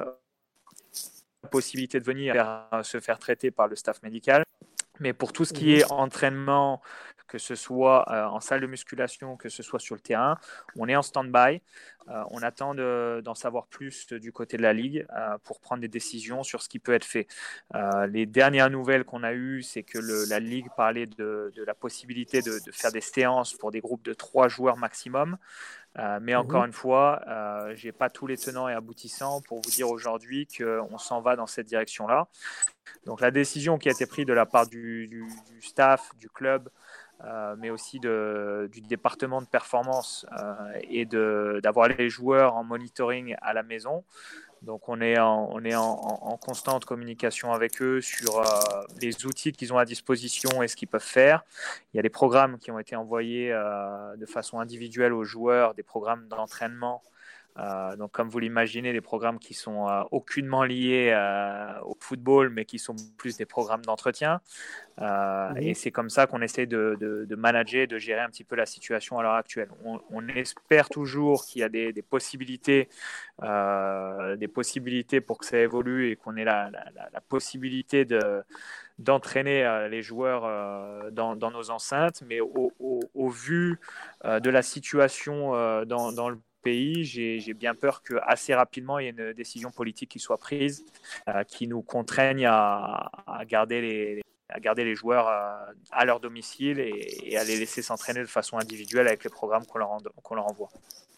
la possibilité de venir faire, se faire traiter par le staff médical. Mais pour tout ce qui est entraînement, que ce soit euh, en salle de musculation, que ce soit sur le terrain, on est en stand-by. Euh, on attend de, d'en savoir plus du côté de la Ligue euh, pour prendre des décisions sur ce qui peut être fait. Euh, les dernières nouvelles qu'on a eues, c'est que le, la Ligue parlait de, de la possibilité de, de faire des séances pour des groupes de trois joueurs maximum. Euh, mais encore mmh. une fois, euh, je n'ai pas tous les tenants et aboutissants pour vous dire aujourd'hui qu'on s'en va dans cette direction-là. Donc la décision qui a été prise de la part du, du, du staff, du club, euh, mais aussi de, du département de performance euh, et de, d'avoir les joueurs en monitoring à la maison. Donc on est en, on est en, en, en constante communication avec eux sur euh, les outils qu'ils ont à disposition et ce qu'ils peuvent faire. Il y a des programmes qui ont été envoyés euh, de façon individuelle aux joueurs, des programmes d'entraînement. Euh, donc comme vous l'imaginez, des programmes qui sont euh, aucunement liés euh, au football, mais qui sont plus des programmes d'entretien. Euh, mmh. Et c'est comme ça qu'on essaie de, de, de manager, de gérer un petit peu la situation à l'heure actuelle. On, on espère toujours qu'il y a des, des possibilités, euh, des possibilités pour que ça évolue et qu'on ait la, la, la possibilité de d'entraîner euh, les joueurs euh, dans, dans nos enceintes, mais au, au, au vu euh, de la situation euh, dans, dans le pays, j'ai, j'ai bien peur qu'assez rapidement, il y ait une décision politique qui soit prise, euh, qui nous contraigne à, à, garder, les, à garder les joueurs euh, à leur domicile et, et à les laisser s'entraîner de façon individuelle avec les programmes qu'on leur, en, qu'on leur envoie.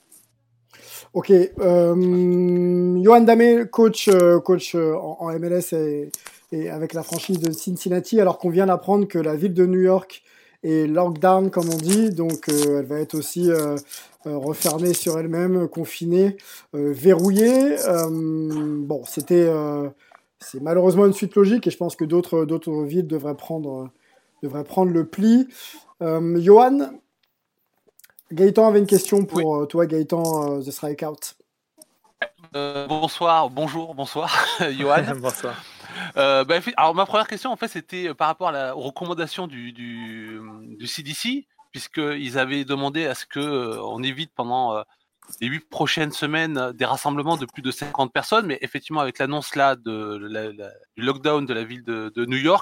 Ok. Euh, Yoann Damet, coach, euh, coach euh, en, en M L S et, et avec la franchise de Cincinnati, alors qu'on vient d'apprendre que la ville de New York est lockdown, comme on dit, donc euh, elle va être aussi euh, euh, refermée sur elle-même, confinée, euh, verrouillée. Euh, bon, c'était, euh, c'est malheureusement une suite logique et je pense que d'autres, d'autres villes devraient prendre, euh, devraient prendre le pli. Euh, Yoann, Gaëtan avait une question pour oui. toi, Gaëtan, uh, The Strikeout. Euh, bonsoir, bonjour, bonsoir, Yoann. Bonsoir. Euh, bah, alors ma première question en fait c'était par rapport à la, aux recommandations du, du, du C D C, puisqu'ils avaient demandé à ce que euh, on évite pendant euh, les huit prochaines semaines des rassemblements de plus de cinquante personnes, mais effectivement avec l'annonce là de la, la, du lockdown de la ville de, de New York,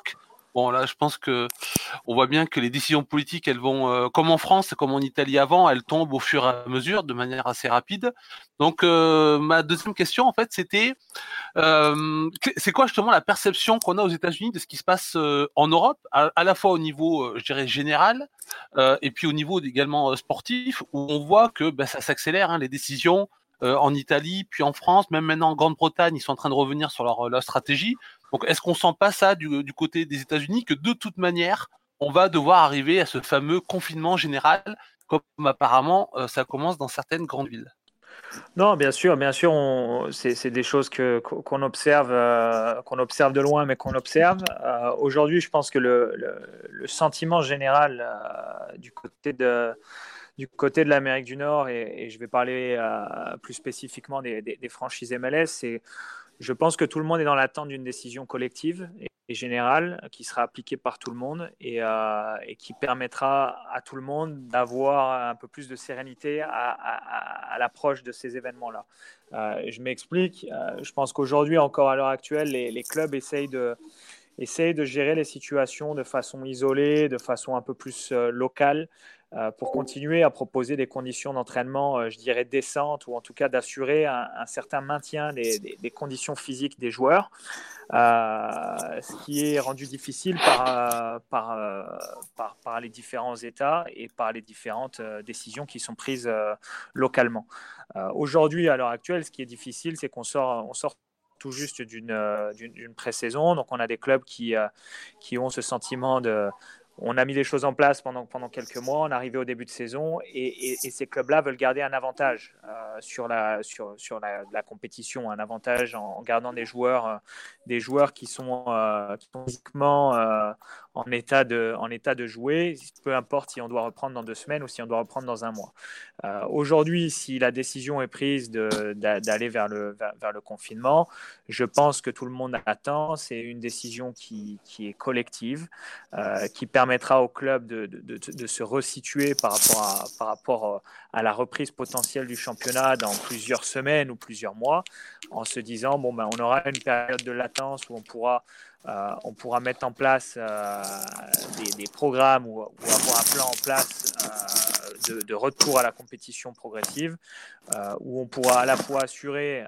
Bon, là, je pense que on voit bien que les décisions politiques, elles vont, euh, comme en France, comme en Italie avant, elles tombent au fur et à mesure, de manière assez rapide. Donc, euh, ma deuxième question, en fait, c'était, euh, c'est quoi justement la perception qu'on a aux États-Unis de ce qui se passe euh, en Europe, à, à la fois au niveau, euh, je dirais, général, euh, et puis au niveau également euh, sportif, où on voit que ben, ça s'accélère, hein, les décisions. Euh, en Italie, puis en France, même maintenant en Grande-Bretagne, ils sont en train de revenir sur leur, leur stratégie. Donc, est-ce qu'on sent pas ça du, du côté des États-Unis, que de toute manière, on va devoir arriver à ce fameux confinement général, comme apparemment euh, ça commence dans certaines grandes villes? Non, bien sûr, bien sûr, on, c'est, c'est des choses que, qu'on observe, euh, qu'on observe de loin, mais qu'on observe. Euh, aujourd'hui, je pense que le, le, le sentiment général euh, du côté de du côté de l'Amérique du Nord, et, et je vais parler euh, plus spécifiquement des, des, des franchises M L S, c'est je pense que tout le monde est dans l'attente d'une décision collective et, et générale qui sera appliquée par tout le monde et, euh, et qui permettra à tout le monde d'avoir un peu plus de sérénité à, à, à l'approche de ces événements-là. Euh, je m'explique. Euh, je pense qu'aujourd'hui, encore à l'heure actuelle, les, les clubs essayent de essayent de gérer les situations de façon isolée, de façon un peu plus euh, locale, euh, pour continuer à proposer des conditions d'entraînement, euh, je dirais, décentes, ou en tout cas d'assurer un, un certain maintien des, des, des conditions physiques des joueurs, euh, ce qui est rendu difficile par, euh, par, euh, par, par les différents États et par les différentes euh, décisions qui sont prises euh, localement. Euh, aujourd'hui, à l'heure actuelle, ce qui est difficile, c'est qu'on sort, on sort tout juste d'une, d'une, d'une pré-saison. Donc, on a des clubs qui, euh, qui ont ce sentiment de... On a mis les choses en place pendant, pendant quelques mois, on est arrivé au début de saison et, et, et ces clubs-là veulent garder un avantage euh, sur, la, sur, sur la, la compétition, un avantage en, en gardant des joueurs, euh, des joueurs qui sont, euh, qui sont physiquement euh, en, état de, en état de jouer, peu importe si on doit reprendre dans deux semaines ou si on doit reprendre dans un mois. Euh, aujourd'hui, si la décision est prise de, d'aller vers le, vers, vers le confinement, je pense que tout le monde attend. C'est une décision qui, qui est collective, euh, qui permettra au club de, de, de, de se resituer par rapport, à, par rapport à la reprise potentielle du championnat dans plusieurs semaines ou plusieurs mois, en se disant bon, ben, on aura une période de latence où on pourra Euh, on pourra mettre en place euh, des, des programmes ou, ou avoir un plan en place euh, de, de retour à la compétition progressive, euh, où on pourra à la fois assurer,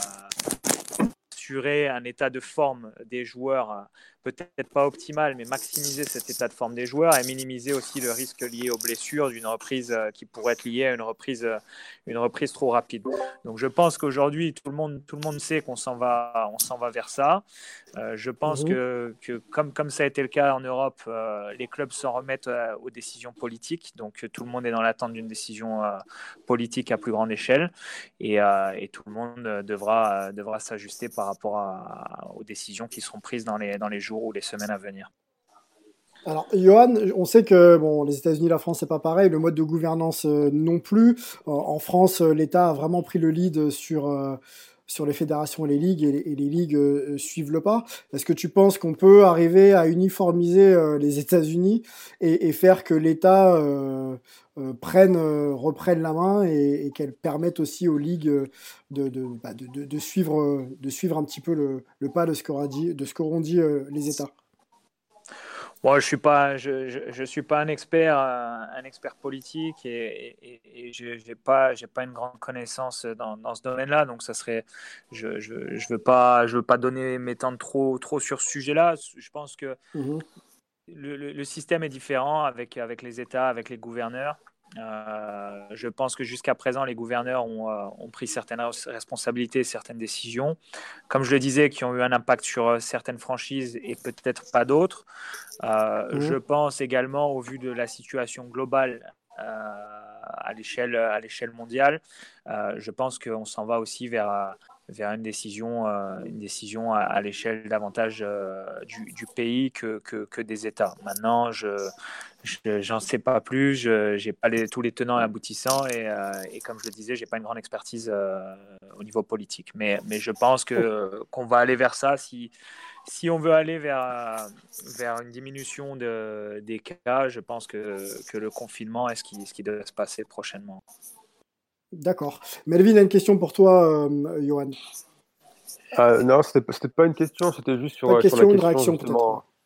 euh, assurer un état de forme des joueurs, euh, peut-être pas optimal, mais maximiser cet état de forme des joueurs et minimiser aussi le risque lié aux blessures d'une reprise euh, qui pourrait être liée à une reprise, euh, une reprise trop rapide. Donc je pense qu'aujourd'hui, tout le monde, tout le monde sait qu'on s'en va, on s'en va vers ça. Euh, je pense mmh. que, que comme, comme ça a été le cas en Europe, euh, les clubs s'en remettent euh, aux décisions politiques. Donc tout le monde est dans l'attente d'une décision euh, politique à plus grande échelle et, euh, et tout le monde devra, devra s'ajuster par rapport à, aux décisions qui seront prises dans les, dans les jours ou les semaines à venir. Alors, Johan, on sait que bon, les États-Unis, la France, c'est pas pareil, le mode de gouvernance euh, non plus. Euh, en France, euh, l'État a vraiment pris le lead sur euh, sur les fédérations et les ligues, et les, et les ligues euh, suivent le pas. Est-ce que tu penses qu'on peut arriver à uniformiser euh, les États-Unis et, et faire que l'État euh, euh, prenne, euh, reprenne la main et, et qu'elle permette aussi aux ligues de, de, bah, de, de, de suivre, de suivre un petit peu le, le pas de ce qu'aura dit, de ce qu'auront dit euh, les États? Bon, je suis pas, je, je, je suis pas un expert, un expert politique et, et, et je j'ai pas, j'ai pas une grande connaissance dans, dans ce domaine-là, donc ça serait, je, je, je veux pas, je veux pas donner m'étendre trop, trop sur ce sujet-là. Je pense que mmh. le, le, le système est différent avec avec les États, avec les gouverneurs. Euh, je pense que jusqu'à présent, les gouverneurs ont, euh, ont pris certaines responsabilités, certaines décisions, comme je le disais, qui ont eu un impact sur certaines franchises et peut-être pas d'autres. Euh, mmh. Je pense également, au vu de la situation globale euh, à l'échelle, à l'échelle mondiale, euh, je pense qu'on s'en va aussi vers, vers une décision, euh, une décision à, à l'échelle davantage euh, du, du pays que, que, que des États. Maintenant, je Je, j'en sais pas plus, je n'ai pas les, tous les tenants et aboutissants et, euh, et comme je le disais, j'ai pas une grande expertise euh, au niveau politique. Mais, mais je pense que, qu'on va aller vers ça si, si on veut aller vers, vers une diminution de, des cas. Je pense que, que le confinement est ce qui, ce qui devrait se passer prochainement. D'accord. Melvin a une question pour toi, euh, Johan. Euh, non, c'était, c'était pas une question, c'était juste sur, pas une question, sur la une question réaction justement.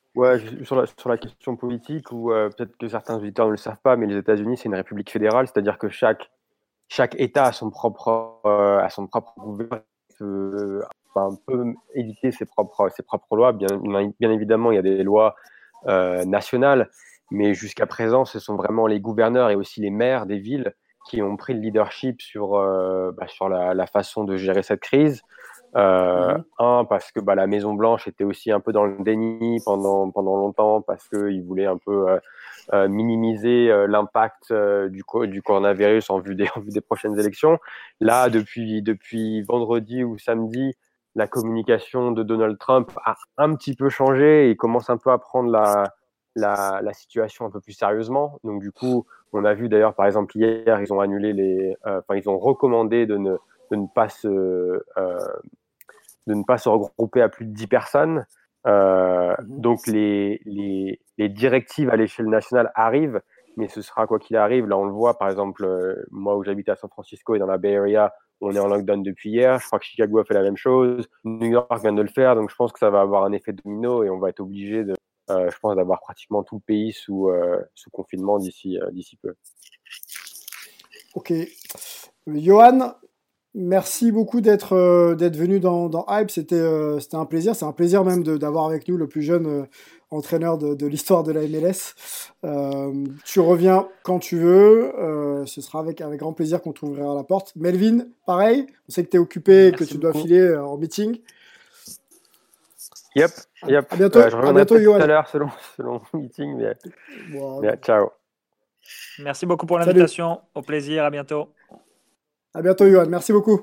Ouais, sur la, sur la question politique, ou euh, peut-être que certains auditeurs ne le savent pas, mais les États-Unis, c'est une république fédérale, c'est-à-dire que chaque, chaque État a son propre, euh, a son propre gouvernement, peut, enfin, peut éditer ses propres, ses propres lois. Bien, bien évidemment, il y a des lois euh, nationales, mais jusqu'à présent, ce sont vraiment les gouverneurs et aussi les maires des villes qui ont pris le leadership sur, euh, bah, sur la, la façon de gérer cette crise. Euh, mmh. Un, parce que bah, la Maison-Blanche était aussi un peu dans le déni pendant, pendant longtemps, parce qu'ils voulaient un peu euh, euh, minimiser euh, l'impact euh, du, du coronavirus en vue, des, en vue des prochaines élections. Là, depuis, depuis vendredi ou samedi, la communication de Donald Trump a un petit peu changé et il commence un peu à prendre la, la, la situation un peu plus sérieusement. Donc du coup, on a vu d'ailleurs, par exemple, hier, ils ont annulé les, euh, enfin, ils ont recommandé de ne, de ne pas se, euh, de ne pas se regrouper à plus de dix personnes. Euh, mmh. Donc les, les, les directives à l'échelle nationale arrivent, mais ce sera quoi qu'il arrive. Là, on le voit, par exemple, euh, moi où j'habite à San Francisco et dans la Bay Area, on est en lockdown depuis hier. Je crois que Chicago a fait la même chose. New York vient de le faire, donc je pense que ça va avoir un effet domino et on va être obligé de, euh, je pense, d'avoir pratiquement tout le pays sous, euh, sous confinement d'ici, euh, d'ici peu. Ok. Johan, merci beaucoup d'être euh, d'être venu dans, dans Hype. C'était euh, c'était un plaisir. C'est un plaisir même de, d'avoir avec nous le plus jeune euh, entraîneur de, de l'histoire de la M L S. Euh, tu reviens quand tu veux. Euh, ce sera avec, avec grand plaisir qu'on t'ouvrira la porte. Melvin, pareil. On sait que tu es occupé et que tu dois filer euh, en meeting. Yep, yep. À bientôt, euh, je à bientôt tout à l'heure selon, selon le meeting, mais, wow. mais ciao. Merci beaucoup pour l'invitation. Salut. Au plaisir. À bientôt. À bientôt, Johan. Merci beaucoup.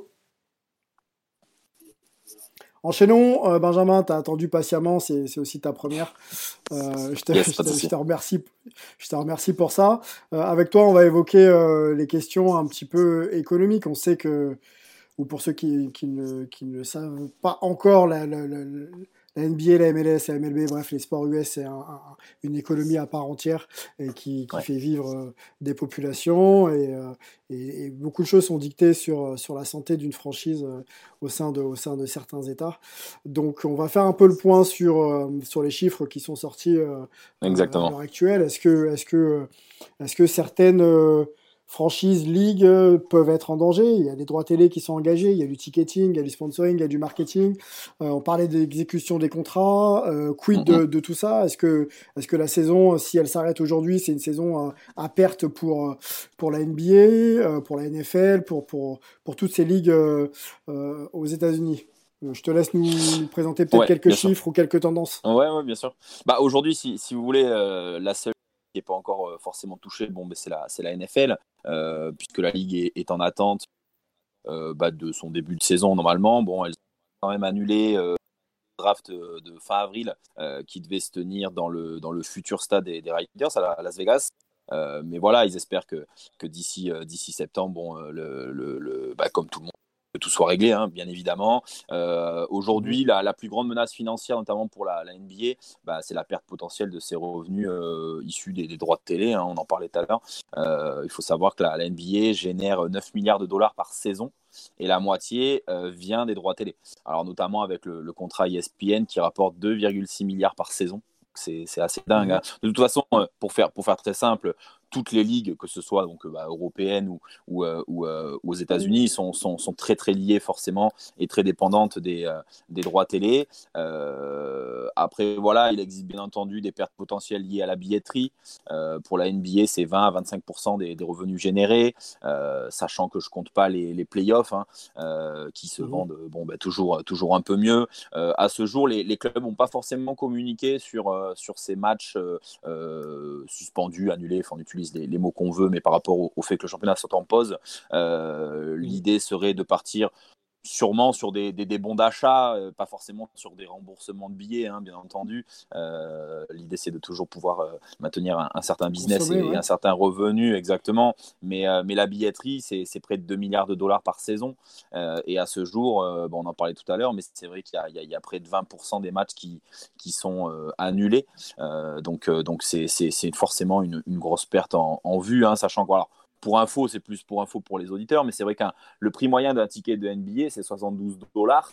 Enchaînons. Euh, Benjamin, tu as attendu patiemment. C'est, c'est aussi ta première. Euh, je, te, yes, je, te, je, te remercie, je te remercie pour ça. Euh, avec toi, on va évoquer euh, les questions un petit peu économiques. On sait que, ou pour ceux qui, qui, ne, qui ne le savent pas encore, la, la, la, la N B A, la M L S, la M L B, bref, les sports U S, c'est un, un, une économie à part entière et qui, qui ouais. fait vivre euh, des populations et, euh, et, et beaucoup de choses sont dictées sur, sur la santé d'une franchise euh, au, sein de, au sein de certains États. Donc, on va faire un peu le point sur, euh, sur les chiffres qui sont sortis euh, Exactement. à l'heure actuelle. Est-ce que, est-ce que, est-ce que certaines euh, franchises, ligues euh, peuvent être en danger? Il y a des droits télé qui sont engagés, il y a du ticketing, il y a du sponsoring, il y a du marketing. Euh, on parlait d'exécution des contrats. Euh, quid de, de tout ça? Est-ce que, est-ce que la saison, si elle s'arrête aujourd'hui, c'est une saison à, à perte pour, pour la N B A, euh, pour la N F L, pour, pour, pour toutes ces ligues euh, euh, aux États-Unis? Je te laisse nous présenter peut-être ouais, quelques chiffres sûr. ou quelques tendances. Ouais, ouais, bien sûr. Bah, aujourd'hui, si, si vous voulez, euh, la seule qui n'est pas encore euh, forcément touchée, bon, bah, c'est, la, c'est la N F L. Euh, puisque la Ligue est, est en attente euh, bah, de son début de saison normalement. Bon, elles ont quand même annulé euh, le draft de, de fin avril euh, qui devait se tenir dans le, dans le futur stade des, des Raiders à, à Las Vegas. Euh, mais voilà, ils espèrent que, que d'ici, euh, d'ici septembre, bon, euh, le, le, le, bah, comme tout le monde, que tout soit réglé, hein, bien évidemment. Euh, aujourd'hui, la, la plus grande menace financière, notamment pour la, la N B A, bah, c'est la perte potentielle de ses revenus euh, issus des, des droits de télé. Hein, on en parlait tout à l'heure. Euh, il faut savoir que la, la N B A génère neuf milliards de dollars par saison et la moitié euh, vient des droits télé. Alors, notamment avec le, le contrat E S P N qui rapporte deux virgule six milliards par saison. C'est, c'est assez dingue. Hein. De toute façon, pour faire, pour faire très simple, toutes les ligues, que ce soit donc, bah, européennes ou, ou, euh, ou, euh, ou aux États-Unis, sont, sont, sont très très liées forcément et très dépendantes des, euh, des droits télé. Euh, après, voilà, il existe bien entendu des pertes potentielles liées à la billetterie. Euh, pour la N B A, c'est vingt à vingt-cinq pour cent des, des revenus générés, euh, sachant que je compte pas les, les playoffs hein, euh, qui se mmh. vendent bon, bah, toujours, toujours un peu mieux. Euh, à ce jour, les, les clubs n'ont pas forcément communiqué sur, euh, sur ces matchs euh, euh, suspendus, annulés, enfin, on utilise Les, les mots qu'on veut, mais par rapport au, au fait que le championnat soit en pause, euh, l'idée serait de partir sûrement sur des, des, des bons d'achat, euh, pas forcément sur des remboursements de billets, hein, bien entendu. Euh, l'idée, c'est de toujours pouvoir euh, maintenir un, un certain business Consommer, et, ouais. et un certain revenu, exactement. Mais, euh, mais la billetterie, c'est, c'est près de deux milliards de dollars par saison. Euh, et à ce jour, euh, bon, on en parlait tout à l'heure, mais c'est vrai qu'il y a, il y a, il y a près de vingt pour cent des matchs qui, qui sont euh, annulés. Euh, donc, euh, donc c'est, c'est, c'est forcément une, une grosse perte en, en vue, hein, sachant que voilà, pour info, c'est plus pour info pour les auditeurs, mais c'est vrai que le prix moyen d'un ticket de N B A, c'est soixante-douze dollars.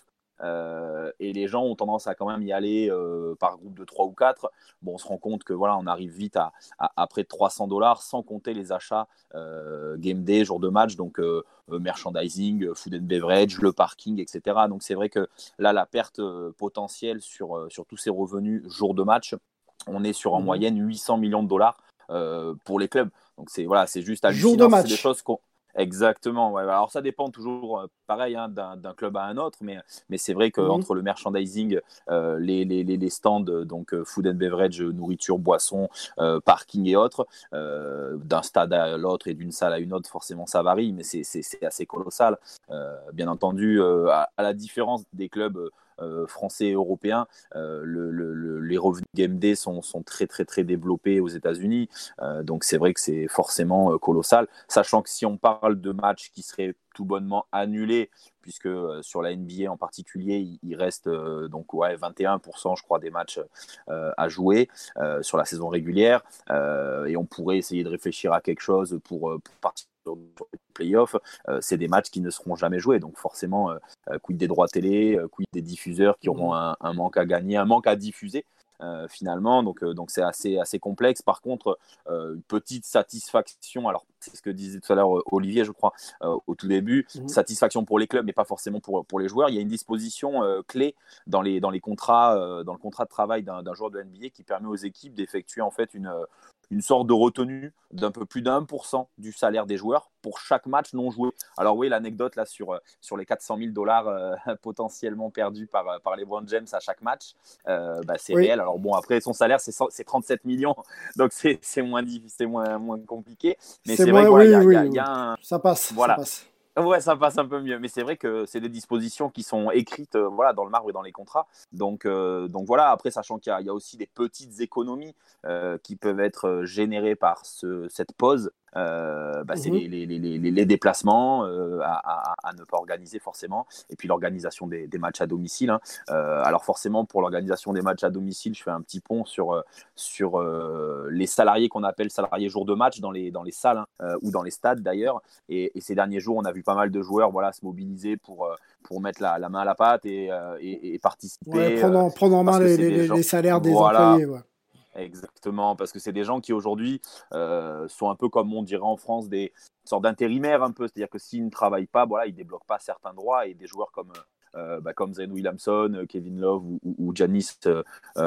euh, et les gens ont tendance à quand même y aller euh, par groupe de trois ou quatre. Bon, on se rend compte que voilà, on arrive vite à, à, à près de trois cents dollars sans compter les achats euh, game day, jour de match, donc euh, merchandising, food and beverage, le parking, et cetera. Donc c'est vrai que là, la perte euh, potentielle sur, euh, sur tous ces revenus jour de match, on est sur en mmh. moyenne huit cents millions de dollars euh, pour les clubs. Donc c'est voilà, c'est juste hallucinant. Jour de match. C'est des choses qu'on Exactement. Ouais. Alors ça dépend toujours, euh, pareil, hein, d'un, d'un club à un autre, mais, mais c'est vrai qu'entre mmh. le merchandising, euh, les, les, les stands, donc euh, food and beverage, nourriture, boisson, euh, parking et autres, euh, d'un stade à l'autre et d'une salle à une autre, forcément ça varie, mais c'est, c'est, c'est assez colossal. Euh, bien entendu, euh, à, à la différence des clubs Euh, français et européens, euh, le, le, le, les revenus game day sont, sont très très très développés aux États-Unis, euh, donc c'est vrai que c'est forcément euh, colossal, sachant que si on parle de matchs qui seraient tout bonnement annulés, puisque euh, sur la N B A en particulier, il, il reste euh, donc ouais, vingt et un pour cent je crois des matchs euh, à jouer euh, sur la saison régulière, euh, et on pourrait essayer de réfléchir à quelque chose pour, pour partir sur les playoffs, euh, c'est des matchs qui ne seront jamais joués, donc forcément euh, quid des droits télé, euh, quid des diffuseurs qui auront un, un manque à gagner, un manque à diffuser euh, finalement, donc, euh, donc c'est assez, assez complexe. Par contre, euh, une petite satisfaction, alors c'est ce que disait tout à l'heure Olivier je crois euh, au tout début, mmh. satisfaction pour les clubs mais pas forcément pour, pour les joueurs. Il y a une disposition euh, clé dans les, dans les contrats, euh, dans le contrat de travail d'un, d'un joueur de N B A qui permet aux équipes d'effectuer en fait une une sorte de retenue d'un peu plus d'un pour cent du salaire des joueurs pour chaque match non joué. Alors oui, l'anecdote là sur, sur les quatre cent mille dollars euh, potentiellement perdus par, par les LeBron James à chaque match, euh, bah, c'est oui. réel. Alors bon, après son salaire c'est, c'est trente-sept millions, donc c'est, c'est, moins, c'est moins, moins compliqué. Mais c'est, c'est vrai qu'il oui, oui, y, y, y a un... Ça passe, voilà. ça passe. Ouais, ça passe un peu mieux, mais c'est vrai que c'est des dispositions qui sont écrites euh, voilà, dans le marbre et dans les contrats. Donc, euh, donc voilà, après, sachant qu'il y a, il y a aussi des petites économies euh, qui peuvent être générées par ce, cette pause. Euh, bah, c'est mmh. les, les, les, les déplacements euh, à, à, à ne pas organiser forcément, et puis l'organisation des, des matchs à domicile, hein. euh, alors forcément pour l'organisation des matchs à domicile je fais un petit pont sur, sur euh, les salariés qu'on appelle salariés jour de match dans les, dans les salles hein, euh, ou dans les stades d'ailleurs, et, et ces derniers jours on a vu pas mal de joueurs voilà, se mobiliser pour, pour mettre la, la main à la pâte et, et, et participer, ouais, prendre, en, prendre en main les, les, gens... les salaires des voilà. employés ouais. Exactement, parce que c'est des gens qui aujourd'hui euh, sont un peu comme on dirait en France des sortes d'intérimaires un peu, c'est-à-dire que s'ils ne travaillent pas, voilà, ils ne débloquent pas certains droits, et des joueurs comme, euh, bah, comme Zion Williamson, Kevin Love ou, ou, ou Giannis, euh,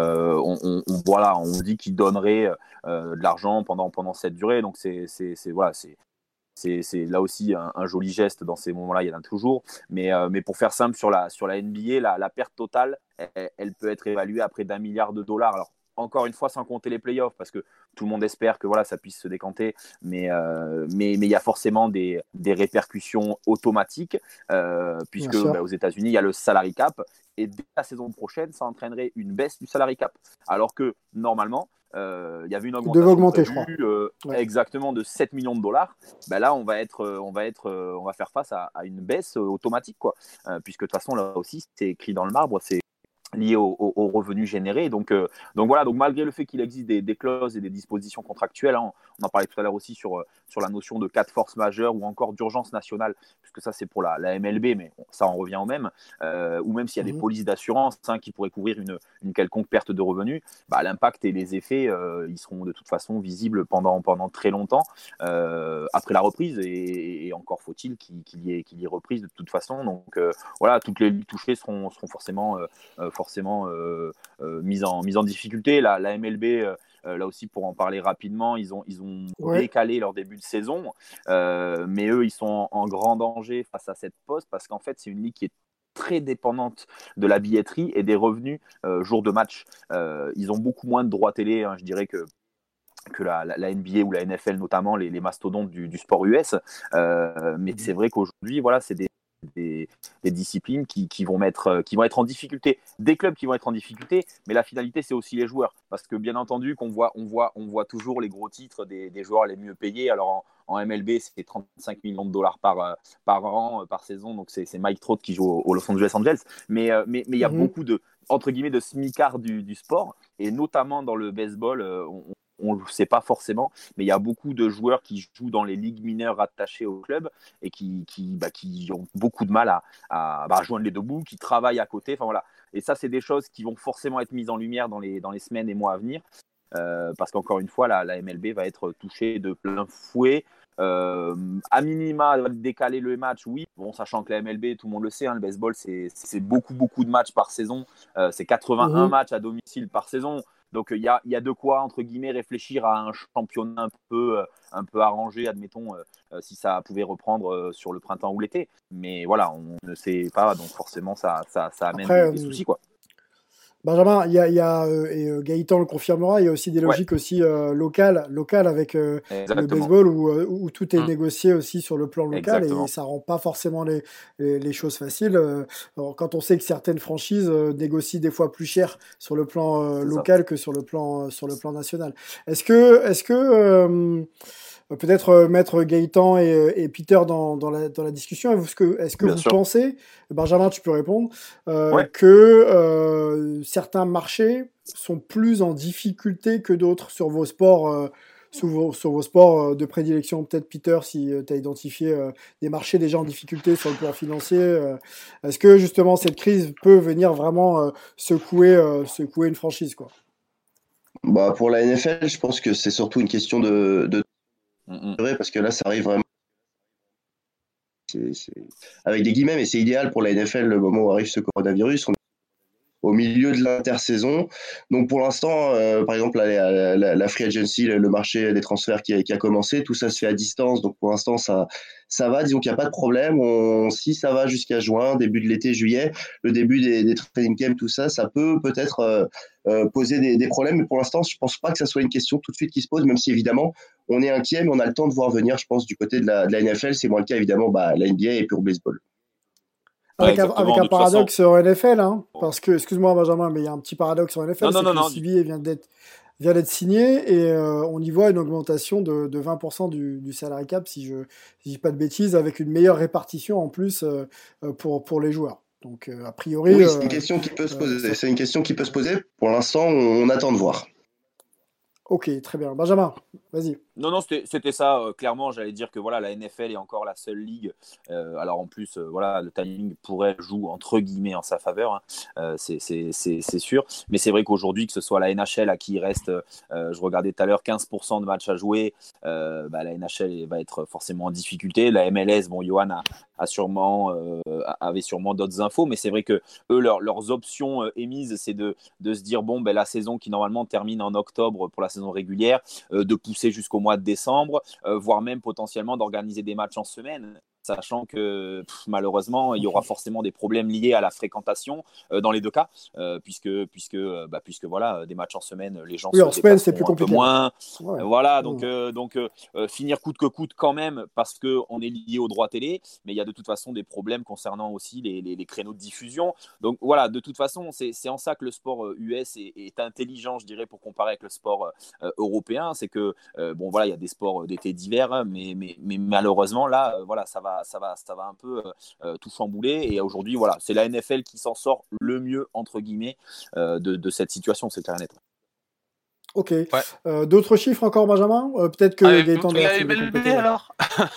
on, on, on, voilà, on dit qu'ils donneraient euh, de l'argent pendant, pendant cette durée, donc c'est, c'est, c'est, voilà, c'est, c'est, c'est là aussi un, un joli geste dans ces moments-là, il y en a toujours, mais, euh, mais pour faire simple, sur la, sur la N B A, la, la perte totale, elle, elle peut être évaluée à près d'un milliard de dollars. Alors, encore une fois, sans compter les playoffs, parce que tout le monde espère que voilà, ça puisse se décanter, mais euh, mais mais il y a forcément des, des répercussions automatiques, euh, puisque bah, aux États-Unis, il y a le salary cap, et dès la saison prochaine, ça entraînerait une baisse du salary cap. Alors que normalement, euh, il y avait une augmentation augmenter, prévue, euh, ouais. exactement de sept millions de dollars. Ben là, on va être, on va être, on va faire face à, à une baisse automatique, quoi, euh, puisque de toute façon là aussi, c'est écrit dans le marbre, c'est lié aux au, au revenus générés. Donc, euh, donc voilà, donc malgré le fait qu'il existe des, des clauses et des dispositions contractuelles, hein, on, on en parlait tout à l'heure aussi sur, sur la notion de cas de force majeure ou encore d'urgence nationale, puisque ça c'est pour la, la M L B, mais bon, ça en revient au même, euh, ou même s'il y a mmh. des polices d'assurance hein, qui pourraient couvrir une, une quelconque perte de revenus, bah, l'impact et les effets, euh, ils seront de toute façon visibles pendant, pendant très longtemps, euh, après la reprise, et, et encore faut-il qu'il, qu'il, y ait, qu'il y ait reprise de toute façon. Donc euh, voilà, toutes les ligues touchées seront, seront forcément euh, forcément euh, euh, mise, en, mise en difficulté. La, la M L B, euh, là aussi pour en parler rapidement, ils ont, ils ont ouais. décalé leur début de saison, euh, mais eux ils sont en, en grand danger face à cette pause, parce qu'en fait c'est une ligue qui est très dépendante de la billetterie et des revenus euh, jour de match. Euh, ils ont beaucoup moins de droits télé, hein, je dirais que que la, la, la N B A ou la N F L notamment, les, les mastodontes du, du sport U S, euh, mais c'est vrai qu'aujourd'hui voilà, c'est des Des, des disciplines qui, qui, vont mettre, qui vont être en difficulté, des clubs qui vont être en difficulté, mais la finalité c'est aussi les joueurs, parce que bien entendu qu'on voit, on voit, on voit toujours les gros titres des, des joueurs les mieux payés. Alors en, en M L B c'est trente-cinq millions de dollars par, par an, par saison, donc c'est, c'est Mike Trout qui joue au, au Los Angeles Angels, mais il mais, mais y a mm-hmm. beaucoup de, entre guillemets, de smicards du, du sport, et notamment dans le baseball, on, on ne le sait pas forcément, mais il y a beaucoup de joueurs qui jouent dans les ligues mineures rattachées au club et qui, qui, bah, qui ont beaucoup de mal à, à bah, joindre les deux bouts, qui travaillent à côté. Enfin, voilà. Et ça, c'est des choses qui vont forcément être mises en lumière dans les, dans les semaines et mois à venir, euh, parce qu'encore une fois, la, la M L B va être touchée de plein fouet. Euh, à minima, décaler le match, oui. Bon, sachant que la M L B, tout le monde le sait, hein, le baseball, c'est, c'est beaucoup, beaucoup de matchs par saison. Euh, c'est quatre-vingt-un mmh. matchs à domicile par saison. Donc, il y a, y a de quoi, entre guillemets, réfléchir à un championnat un peu, un peu arrangé, admettons, euh, si ça pouvait reprendre euh, sur le printemps ou l'été. Mais voilà, on ne sait pas, donc forcément, ça, ça, ça amène Après, des, des soucis, quoi. Benjamin, il y a, y a euh, et euh, Gaëtan le confirmera, il y a aussi des logiques ouais. aussi euh, locales, locales avec euh, le baseball où, euh, où tout est mmh. négocié aussi sur le plan local. Exactement. Et ça rend pas forcément les, les, les choses faciles. Alors, quand on sait que certaines franchises euh, négocient des fois plus cher sur le plan euh, local ça. que sur le plan euh, sur le plan national. Est-ce que est-ce que euh, peut-être euh, mettre Gaëtan et, et Peter dans, dans, la, dans la discussion. Est-ce que, est-ce que vous sûr. pensez, Benjamin, tu peux répondre, euh, ouais. que euh, certains marchés sont plus en difficulté que d'autres sur vos sports, euh, sur, vos, sur vos sports de prédilection? Peut-être Peter, si tu as identifié euh, des marchés déjà en difficulté sur le plan financier. Euh, est-ce que justement cette crise peut venir vraiment euh, secouer, euh, secouer une franchise, quoi? Bah, pour la N F L, je pense que c'est surtout une question de, de... Mm-hmm. parce que là, ça arrive vraiment c'est, c'est... avec des guillemets, mais c'est idéal pour la N F L le moment où arrive ce coronavirus. On est au milieu de l'intersaison. Donc pour l'instant, euh, par exemple, la, la, la free agency, le marché des transferts qui a, qui a commencé, tout ça se fait à distance. Donc pour l'instant, ça, ça va. Disons qu'il n'y a pas de problème. On, si ça va jusqu'à juin, début de l'été, juillet, le début des, des training camps, tout ça, ça peut peut-être euh, euh, poser des, des problèmes. Mais pour l'instant, je ne pense pas que ça soit une question tout de suite qui se pose, même si évidemment, on est inquiet, mais on a le temps de voir venir, je pense, du côté de la, de la N F L. C'est moins le cas, évidemment, bah, la N B A et pour le baseball. Avec, ouais, un, avec un paradoxe façon... en N F L, hein, parce que, excuse-moi Benjamin, mais il y a un petit paradoxe en N F L, non, c'est non, que non, le C B A vient d'être, vient d'être signé et euh, on y voit une augmentation de, de vingt pour cent du, du salary cap, si je ne dis pas de bêtises, avec une meilleure répartition en plus euh, pour, pour les joueurs. Donc euh, a priori... Oui, c'est une question qui peut se poser. Euh, c'est une question qui peut se poser. Pour l'instant, on, on attend de voir. Ok, très bien. Benjamin, vas-y. Non, non, c'était, c'était ça. Euh, clairement, j'allais dire que voilà, la N F L est encore la seule ligue. Euh, alors en plus, euh, voilà, le timing pourrait jouer entre guillemets en sa faveur. Hein. Euh, c'est, c'est, c'est, c'est sûr. Mais c'est vrai qu'aujourd'hui, que ce soit la N H L à qui il reste, euh, je regardais tout à l'heure, quinze pour cent de matchs à jouer, euh, bah, la N H L va être forcément en difficulté. La M L S, bon, Johan a, a sûrement, euh, avait sûrement d'autres infos, mais c'est vrai que eux, leur, leurs options euh, émises, c'est de, de se dire bon, ben la saison qui normalement termine en octobre pour la saison régulière, euh, de pousser jusqu'au mois de décembre, euh, voire même potentiellement d'organiser des matchs en semaine, sachant que pff, malheureusement il y aura forcément des problèmes liés à la fréquentation euh, dans les deux cas, euh, puisque puisque euh, bah, puisque voilà, des matchs en semaine, les gens oui, se en semaine c'est plus compliqué, un peu moins, ouais. euh, voilà donc euh, donc euh, finir coûte que coûte quand même parce que on est lié aux droits télé, mais il y a de toute façon des problèmes concernant aussi les, les, les créneaux de diffusion. Donc voilà, de toute façon c'est, c'est en ça que le sport U S est, est intelligent, je dirais, pour comparer avec le sport euh, européen, c'est que euh, bon voilà, il y a des sports d'été, d'hiver, hein, mais, mais mais malheureusement là euh, voilà ça va ça va ça va un peu euh, tout chambouler, et aujourd'hui voilà, c'est la N F L qui s'en sort le mieux entre guillemets euh, de, de cette situation, c'est clair et net. Ok. Ouais. Euh, d'autres chiffres encore, Benjamin? euh, Peut-être que ah, Gaëtan doit la M L B alors.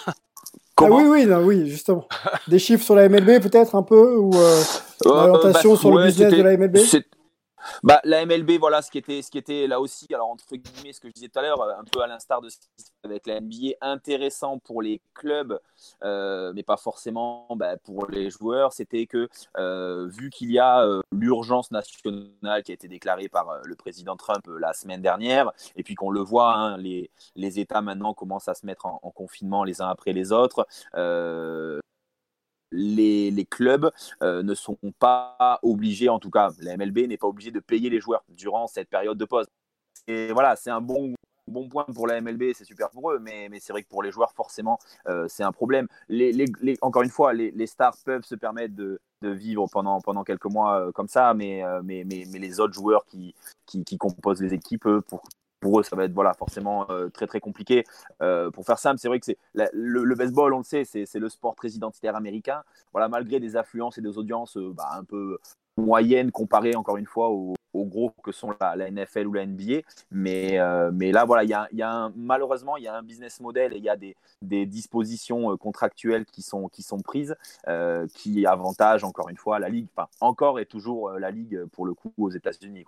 Ah oui, oui, non, oui, justement. Des chiffres sur la M L B peut-être un peu, ou euh, l'orientation euh, bah, sur ouais, le business de la M L B? c'est... Bah, la M L B, voilà, ce qui était, ce qui était là aussi, alors entre guillemets, ce que je disais tout à l'heure, un peu à l'instar de ce qui se fait avec la N B A, intéressant pour les clubs, euh, mais pas forcément bah, pour les joueurs, c'était que euh, vu qu'il y a euh, l'urgence nationale qui a été déclarée par euh, le président Trump euh, la semaine dernière, et puis qu'on le voit, hein, les, les États maintenant commencent à se mettre en, en confinement les uns après les autres. Euh, Les, les clubs euh, ne sont pas obligés, en tout cas la M L B n'est pas obligée de payer les joueurs durant cette période de pause. Et voilà, c'est un bon, bon point pour la M L B, c'est super pour eux, mais, mais c'est vrai que pour les joueurs, forcément, euh, c'est un problème. Les, les, les, encore une fois, les, les stars peuvent se permettre de, de vivre pendant, pendant quelques mois euh, comme ça, mais, euh, mais, mais, mais les autres joueurs qui, qui, qui composent les équipes, eux, pour Pour eux, ça va être voilà, forcément euh, très très compliqué. Euh, pour faire simple, c'est vrai que c'est la, le, le baseball, on le sait, c'est, c'est le sport très identitaire américain. Voilà, malgré des affluences et des audiences euh, bah, un peu moyennes comparées, encore une fois, au, aux gros que sont la, la N F L ou la N B A. Mais, euh, mais là, voilà, il y a, y a un, malheureusement, il y a un business model et il y a des, des dispositions contractuelles qui sont, qui sont prises euh, qui avantagent encore une fois la Ligue, enfin encore et toujours la Ligue pour le coup aux États-Unis.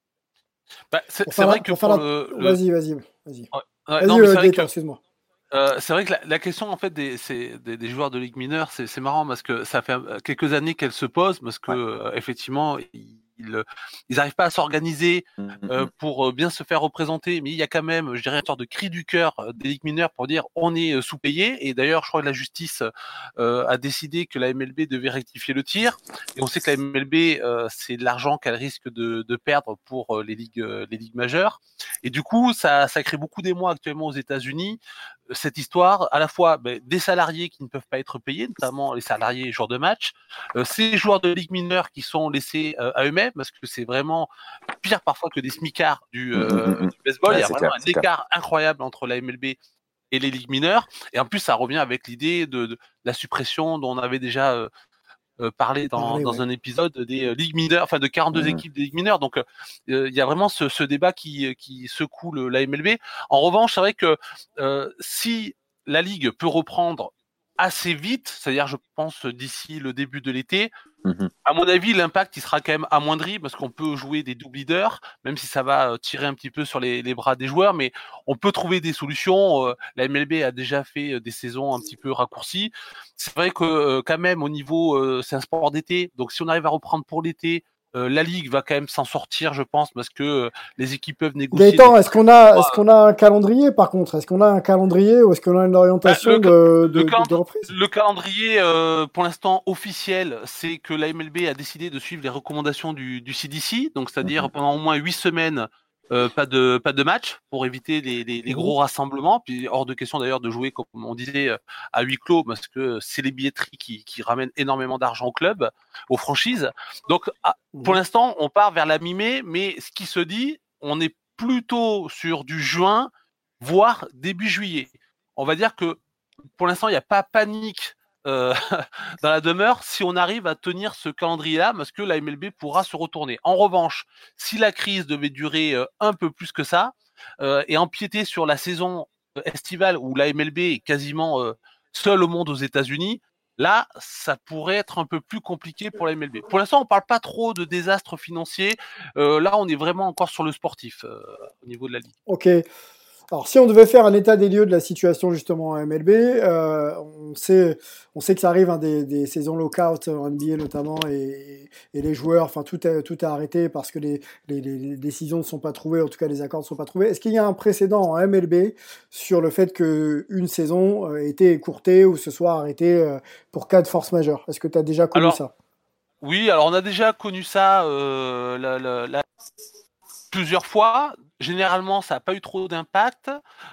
Bah, c'est, c'est vrai que pour la... le, le... Vas-y, vas-y, vas-y. Ouais, ouais, vas-y, non, mais euh, c'est vrai Gaëtan, que... excuse-moi. Euh, c'est vrai que la, la question en fait des, c'est, des, des joueurs de ligue mineure, c'est, c'est marrant parce que ça fait quelques années qu'elle se pose parce que ouais. euh, effectivement ils, ils, ils arrivent pas à s'organiser euh, pour bien se faire représenter, mais il y a quand même, je dirais, une sorte de cri du cœur des ligues mineures pour dire on est sous-payé. Et d'ailleurs, je crois que la justice euh, a décidé que la M L B devait rectifier le tir. Et on sait que la M L B euh, c'est de l'argent qu'elle risque de, de perdre pour les ligues, les ligues majeures. Et du coup, ça, ça crée beaucoup d'émoi actuellement aux États-Unis. Cette histoire, à la fois ben, des salariés qui ne peuvent pas être payés, notamment les salariés joueurs de match, euh, ces joueurs de ligue mineure qui sont laissés euh, à eux-mêmes, parce que c'est vraiment pire parfois que des smicards du, euh, mmh, du baseball. Ouais, il y a vraiment clair, un écart clair. incroyable entre la M L B et les ligues mineures. Et en plus, ça revient avec l'idée de, de la suppression dont on avait déjà euh, Euh, parler dans, parler, dans ouais. un épisode des euh, ligues mineures, enfin de quarante-deux mmh. équipes des ligues mineures. Donc il euh, y a vraiment ce, ce débat qui, qui secoue le, la M L B. En revanche, c'est vrai que euh, si la ligue peut reprendre assez vite, c'est-à-dire je pense d'ici le début de l'été, mmh. à mon avis l'impact il sera quand même amoindri parce qu'on peut jouer des double leaders, même si ça va tirer un petit peu sur les, les bras des joueurs, mais on peut trouver des solutions. Euh, la M L B a déjà fait des saisons un petit peu raccourcies. C'est vrai que euh, quand même au niveau, euh, c'est un sport d'été, donc si on arrive à reprendre pour l'été, Euh, la Ligue va quand même s'en sortir, je pense, parce que euh, les équipes peuvent négocier. Gaëtan, des... est-ce qu'on a, est-ce qu'on a un calendrier, par contre? Est-ce qu'on a un calendrier ou est-ce qu'on a une orientation bah, le, de, de, le calend... de reprise? Le calendrier, euh, pour l'instant, officiel, c'est que la M L B a décidé de suivre les recommandations du, du C D C, donc c'est-à-dire mm-hmm. pendant au moins huit semaines, Euh, pas de pas de match pour éviter les, les, les gros rassemblements, puis hors de question d'ailleurs de jouer comme on disait à huis clos parce que c'est les billetteries qui, qui ramènent énormément d'argent au club, aux franchises. Donc à, pour l'instant on part vers la mi-mai, mais ce qui se dit, on est plutôt sur du juin, voire début juillet. On va dire que pour l'instant il n'y a pas panique Euh, dans la demeure si on arrive à tenir ce calendrier-là, parce que la M L B pourra se retourner. En revanche, si la crise devait durer euh, un peu plus que ça euh, et empiéter sur la saison estivale où la M L B est quasiment euh, seule au monde aux États-Unis, là, ça pourrait être un peu plus compliqué pour la M L B. Pour l'instant, on parle pas trop de désastre financier. Euh, là, on est vraiment encore sur le sportif euh, au niveau de la ligue. Ok. Alors, si on devait faire un état des lieux de la situation justement en M L B, euh, on sait, on sait que ça arrive hein, des, des saisons lockout en N B A notamment, et, et les joueurs, enfin tout est tout est arrêté parce que les, les, les décisions ne sont pas trouvées, en tout cas les accords ne sont pas trouvés. Est-ce qu'il y a un précédent en M L B sur le fait que une saison ait été écourtée ou se soit arrêtée pour cas de force majeure? Est-ce que tu as déjà connu alors, ça? Oui, alors on a déjà connu ça euh, la, la, la... plusieurs fois. Généralement, ça n'a pas eu trop d'impact.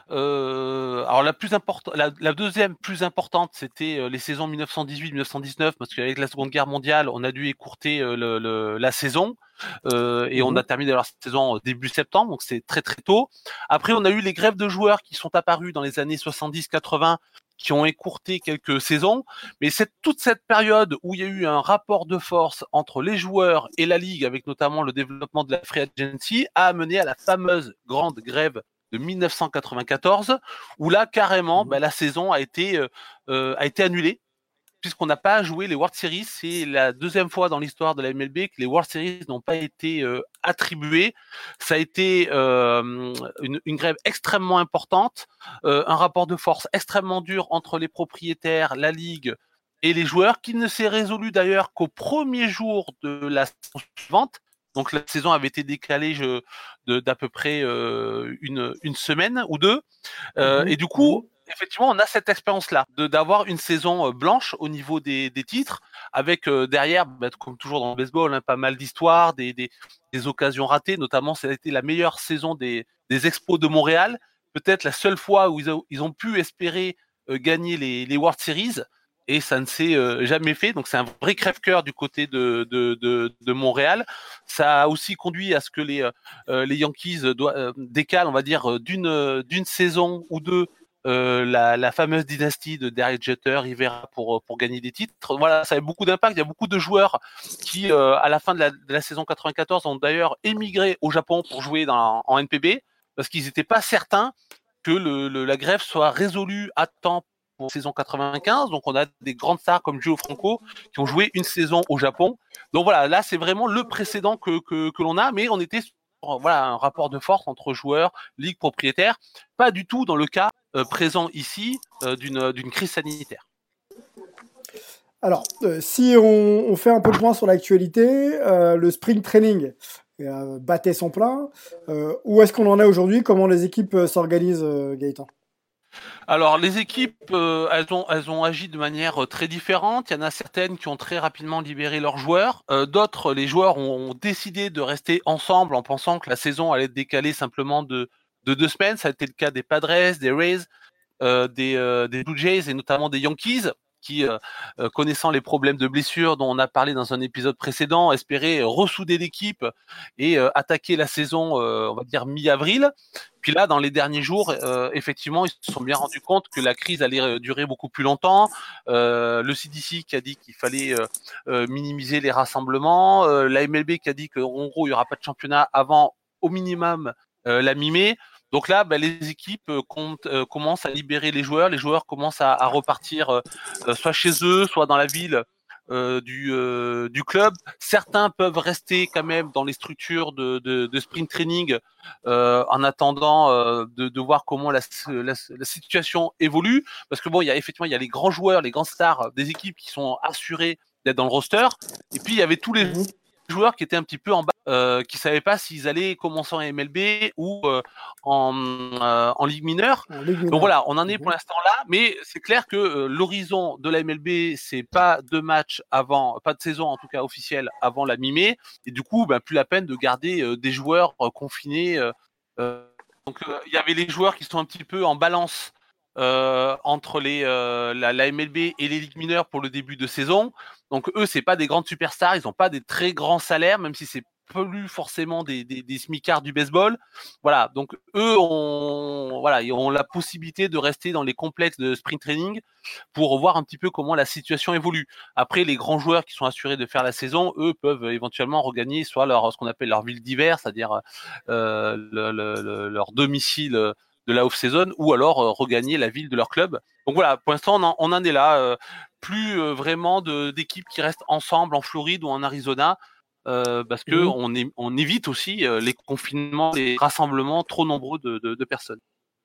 Euh, alors la plus importante, la, la deuxième plus importante, c'était euh, les saisons mille neuf cent dix-huit mille neuf cent dix-neuf, parce qu'avec la Seconde Guerre mondiale, on a dû écourter euh, le, le, la saison euh, et mmh. on a terminé leur saison début septembre, donc c'est très très tôt. Après, on a eu les grèves de joueurs qui sont apparues dans les années soixante-dix quatre-vingts, qui ont écourté quelques saisons, mais c'est toute cette période où il y a eu un rapport de force entre les joueurs et la Ligue, avec notamment le développement de la free agency, a amené à la fameuse grande grève de mille neuf cent quatre-vingt-quatorze, où là, carrément, bah, la saison a été, euh, a été annulée, puisqu'on n'a pas joué les World Series. C'est la deuxième fois dans l'histoire de la M L B que les World Series n'ont pas été euh, attribués. Ça a été euh, une, une grève extrêmement importante, euh, un rapport de force extrêmement dur entre les propriétaires, la Ligue et les joueurs, qui ne s'est résolu d'ailleurs qu'au premier jour de la saison suivante. Donc la saison avait été décalée je, de, d'à peu près euh, une, une semaine ou deux. Euh, mmh. Et du coup, effectivement, on a cette expérience-là, de, d'avoir une saison blanche au niveau des, des titres, avec euh, derrière, bah, comme toujours dans le baseball, hein, pas mal d'histoires, des, des, des occasions ratées. Notamment, ça a été la meilleure saison des, des Expos de Montréal, peut-être la seule fois où ils, a, ils ont pu espérer euh, gagner les, les World Series. Et ça ne s'est euh, jamais fait, donc c'est un vrai crève-cœur du côté de, de, de, de Montréal. Ça a aussi conduit à ce que les, euh, les Yankees doivent, euh, décalent, on va dire, d'une, d'une saison ou deux euh, la, la fameuse dynastie de Derek Jeter, Rivera pour pour gagner des titres. Voilà, ça avait beaucoup d'impact. Il y a beaucoup de joueurs qui, euh, à la fin de la, de la saison quatre-vingt-quatorze, ont d'ailleurs émigré au Japon pour jouer dans, en N P B parce qu'ils n'étaient pas certains que le, le, la grève soit résolue à temps pour la saison quatre-vingt-quinze. Donc on a des grandes stars comme Joe Franco qui ont joué une saison au Japon. Donc voilà, là c'est vraiment le précédent que que, que l'on a, mais on était sur, voilà, un rapport de force entre joueurs, ligue, propriétaires, pas du tout dans le cas euh, présent ici euh, d'une d'une crise sanitaire. Alors, euh, si on, on fait un peu le point sur l'actualité, euh, le spring training euh, battait son plein. Euh, où est-ce qu'on en est aujourd'hui? Comment les équipes euh, s'organisent, euh, Gaëtan? Alors, les équipes, euh, elles ont, elles ont agi de manière très différente. Il y en a certaines qui ont très rapidement libéré leurs joueurs. Euh, d'autres, les joueurs ont, ont décidé de rester ensemble en pensant que la saison allait être décalée simplement de, de deux semaines. Ça a été le cas des Padres, des Rays, euh, des, euh, des Blue Jays et notamment des Yankees, qui, euh, euh, connaissant les problèmes de blessures dont on a parlé dans un épisode précédent, espéraient ressouder l'équipe et euh, attaquer la saison, euh, on va dire, mi-avril. Puis là, dans les derniers jours, euh, effectivement, ils se sont bien rendus compte que la crise allait durer beaucoup plus longtemps. Euh, le C D C qui a dit qu'il fallait euh, euh, minimiser les rassemblements, euh, la M L B qui a dit qu'en gros, il n'y aura pas de championnat avant au minimum euh, la mi-mai. Donc là, bah, les équipes euh, comptent, euh, commencent à libérer les joueurs. Les joueurs commencent à, à repartir euh, euh, soit chez eux, soit dans la ville euh, du, euh, du club. Certains peuvent rester quand même dans les structures de, de, de sprint training euh, en attendant euh, de, de voir comment la, la, la situation évolue. Parce que bon, il y a effectivement il y a les grands joueurs, les grands stars des équipes qui sont assurés d'être dans le roster. Et puis il y avait tous les joueurs qui étaient un petit peu en bas, euh, qui savaient pas s'ils allaient commencer en M L B ou euh, en, euh, en ligue mineure. En ligue mineure. Donc voilà, on en est pour l'instant là, mais c'est clair que euh, l'horizon de la M L B, c'est pas deux matchs avant, pas de saison en tout cas officielle avant la mi-mai, et du coup, bah, plus la peine de garder euh, des joueurs euh, confinés. Euh, euh, donc il euh, y avait les joueurs qui sont un petit peu en balance euh, entre les euh, la, la M L B et les ligues mineures pour le début de saison. Donc eux, c'est pas des grandes superstars, ils ont pas des très grands salaires, même si c'est plus forcément des, des, des smicards du baseball. Voilà, donc eux ont, voilà, ils ont la possibilité de rester dans les complexes de sprint training pour voir un petit peu comment la situation évolue. Après, les grands joueurs qui sont assurés de faire la saison, eux peuvent éventuellement regagner soit leur, ce qu'on appelle leur ville d'hiver, c'est-à-dire euh, le, le, le, leur domicile de la off-season, ou alors euh, regagner la ville de leur club. Donc voilà, pour l'instant, on en, on en est là. Euh, plus euh, vraiment de, d'équipes qui restent ensemble en Floride ou en Arizona, euh, parce que mmh. on, est, on évite aussi euh, les confinements, les rassemblements trop nombreux de, de, de personnes.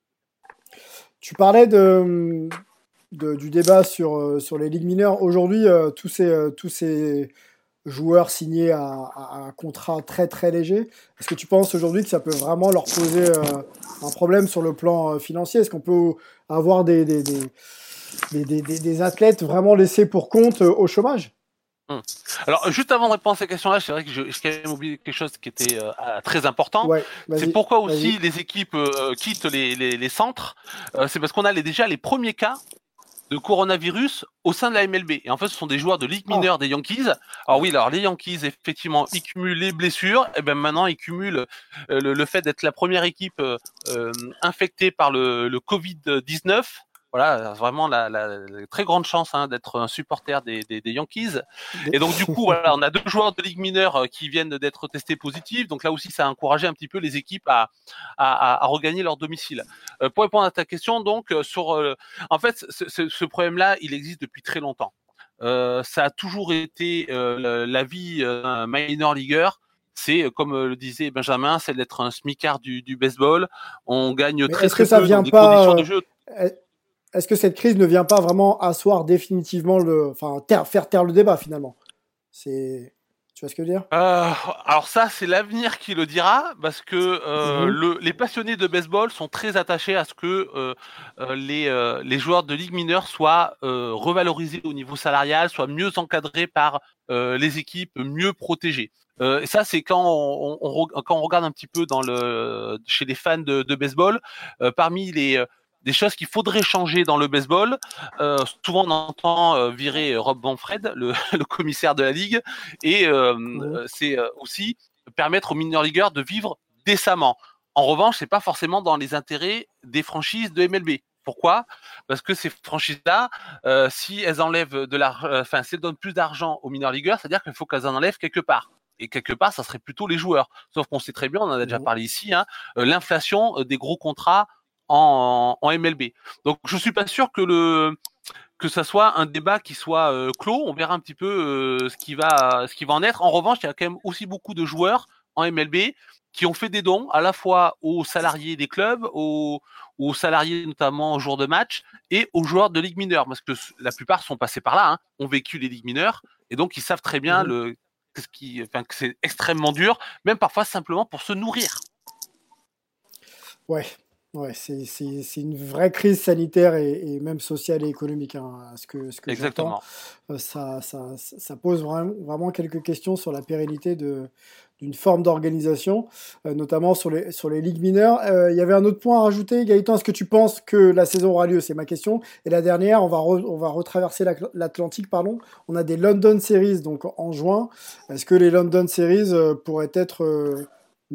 Tu parlais de, de, du débat sur, sur les ligues mineures. Aujourd'hui, euh, tous ces... Euh, tous ces joueurs signés à, à un contrat très très léger. Est-ce que tu penses aujourd'hui que ça peut vraiment leur poser euh, un problème sur le plan euh, financier? Est-ce qu'on peut avoir des, des, des, des, des, des, des athlètes vraiment laissés pour compte euh, au chômage? Hum. Alors, juste avant de répondre à cette question-là, c'est vrai que j'ai quand même oublié quelque chose qui était euh, très important. Ouais, c'est pourquoi aussi vas-y. les équipes euh, quittent les, les, les centres. Euh, c'est parce qu'on a les, déjà les premiers cas de coronavirus au sein de la M L B. Et en fait, ce sont des joueurs de ligue mineure oh. des Yankees. Alors oui, alors les Yankees, effectivement, ils cumulent les blessures. Et ben maintenant, ils cumulent euh, le, le fait d'être la première équipe euh, infectée par le, le covid dix-neuf. Voilà, vraiment la, la, la très grande chance hein, d'être un supporter des, des, des Yankees. Et donc du coup, voilà, on a deux joueurs de ligue mineure qui viennent d'être testés positifs. Donc là aussi, ça a encouragé un petit peu les équipes à, à, à regagner leur domicile. Euh, pour répondre à ta question, donc sur, euh, en fait, ce, ce, ce problème-là, il existe depuis très longtemps. Euh, ça a toujours été euh, la vie d'un minor leagueur. C'est, comme le disait Benjamin, c'est d'être un smicard du, du baseball. On gagne Mais très est-ce très que ça peu vient dans des pas, conditions de jeu. Euh, Est-ce que cette crise ne vient pas vraiment asseoir définitivement le, enfin, taire, faire taire le débat finalement? C'est, tu vois ce que je veux dire? euh, Alors ça, c'est l'avenir qui le dira, parce que euh, mmh. le, les passionnés de baseball sont très attachés à ce que euh, euh, les, euh, les joueurs de ligue mineure soient euh, revalorisés au niveau salarial, soient mieux encadrés par euh, les équipes, mieux protégés. Euh, et ça, c'est quand on, on, on, quand on regarde un petit peu dans le, chez les fans de, de baseball, euh, parmi les des choses qu'il faudrait changer dans le baseball. Euh, souvent, on entend euh, virer Rob Manfred, le, le commissaire de la ligue, et euh, mmh. c'est aussi permettre aux minor leagueurs de vivre décemment. En revanche, c'est pas forcément dans les intérêts des franchises de M L B. Il Pourquoi ? Parce que ces franchises-là, euh, si elles enlèvent de l'argent, enfin, si elles donnent plus d'argent aux minor leagueurs, c'est-à-dire qu'il faut qu'elles en enlèvent quelque part. Et quelque part, ça serait plutôt les joueurs. Sauf qu'on sait très bien, on en a déjà parlé ici, hein, euh, l'inflation euh, des gros contrats en, en M L B. Donc, je suis pas sûr que le que ça soit un débat qui soit euh, clos. On verra un petit peu euh, ce qui va ce qui va en être. En revanche, il y a quand même aussi beaucoup de joueurs en M L B qui ont fait des dons à la fois aux salariés des clubs, aux, aux salariés notamment aux joueurs de match et aux joueurs de ligue mineure, parce que la plupart sont passés par là, hein, ont vécu les ligues mineures et donc ils savent très bien mmh. le ce qui, enfin, que c'est extrêmement dur, même parfois simplement pour se nourrir. Ouais. Ouais, c'est, c'est, c'est une vraie crise sanitaire et, et même sociale et économique, hein, ce que, ce que Exactement. j'entends. Euh, ça, ça, ça pose vraiment, vraiment quelques questions sur la pérennité de, d'une forme d'organisation, euh, notamment sur les, sur les ligues mineures. Il euh, y avait un autre point à rajouter, Gaëtan, est-ce que tu penses que la saison aura lieu ? C'est ma question. Et la dernière, on va, re, on va retraverser l'Atlantique, pardon. On a des London Series donc en juin. Est-ce que les London Series euh, pourraient être euh, menacées ?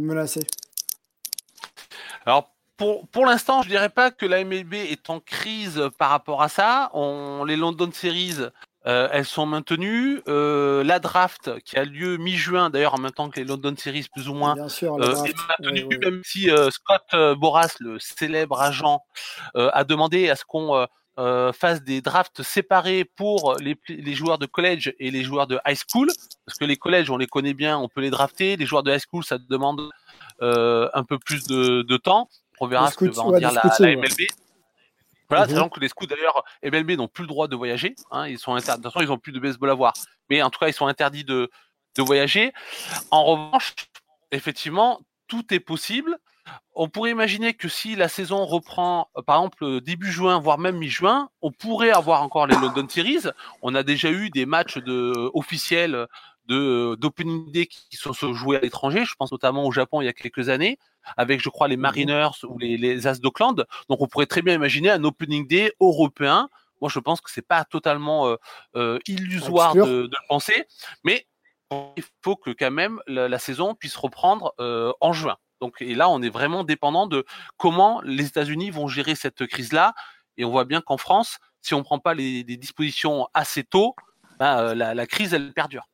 Alors, Pour, pour l'instant, je dirais pas que la M L B est en crise par rapport à ça. On, les London Series, euh, elles sont maintenues. Euh, la draft qui a lieu mi-juin, d'ailleurs en même temps que les London Series, plus ou moins, Bien sûr, euh, est maintenue, oui, oui. Même si euh, Scott euh, Boras, le célèbre agent, euh, a demandé à ce qu'on euh, euh, fasse des drafts séparés pour les, les joueurs de college et les joueurs de high school, parce que les collèges, on les connaît bien, on peut les drafter. Les joueurs de high school, ça demande euh, un peu plus de, de temps. On verra ce que va en ouais, dire la, la M L B. Ouais. Voilà, mm-hmm. Sachant que les scouts d'ailleurs M L B n'ont plus le droit de voyager. Hein, ils sont interdits. De toute façon, ils n'ont plus de baseball à voir. Mais en tout cas, ils sont interdits de, de voyager. En revanche, effectivement, tout est possible. On pourrait imaginer que si la saison reprend, par exemple, début juin, voire même mi-juin, on pourrait avoir encore les London Series. On a déjà eu des matchs de, officiels de, d'opening day qui sont joués à l'étranger. Je pense notamment au Japon il y a quelques années, avec, je crois, les Mariners mmh. ou les, les As d'Oakland. Donc, on pourrait très bien imaginer un opening day européen. Moi, je pense que c'est pas totalement euh, euh, illusoire de, de le penser, mais il faut que quand même la, la saison puisse reprendre euh, en juin. Donc, et là, on est vraiment dépendant de comment les États-Unis vont gérer cette crise-là. Et on voit bien qu'en France, si on ne prend pas les, les dispositions assez tôt, ben, la, la crise, elle perdure.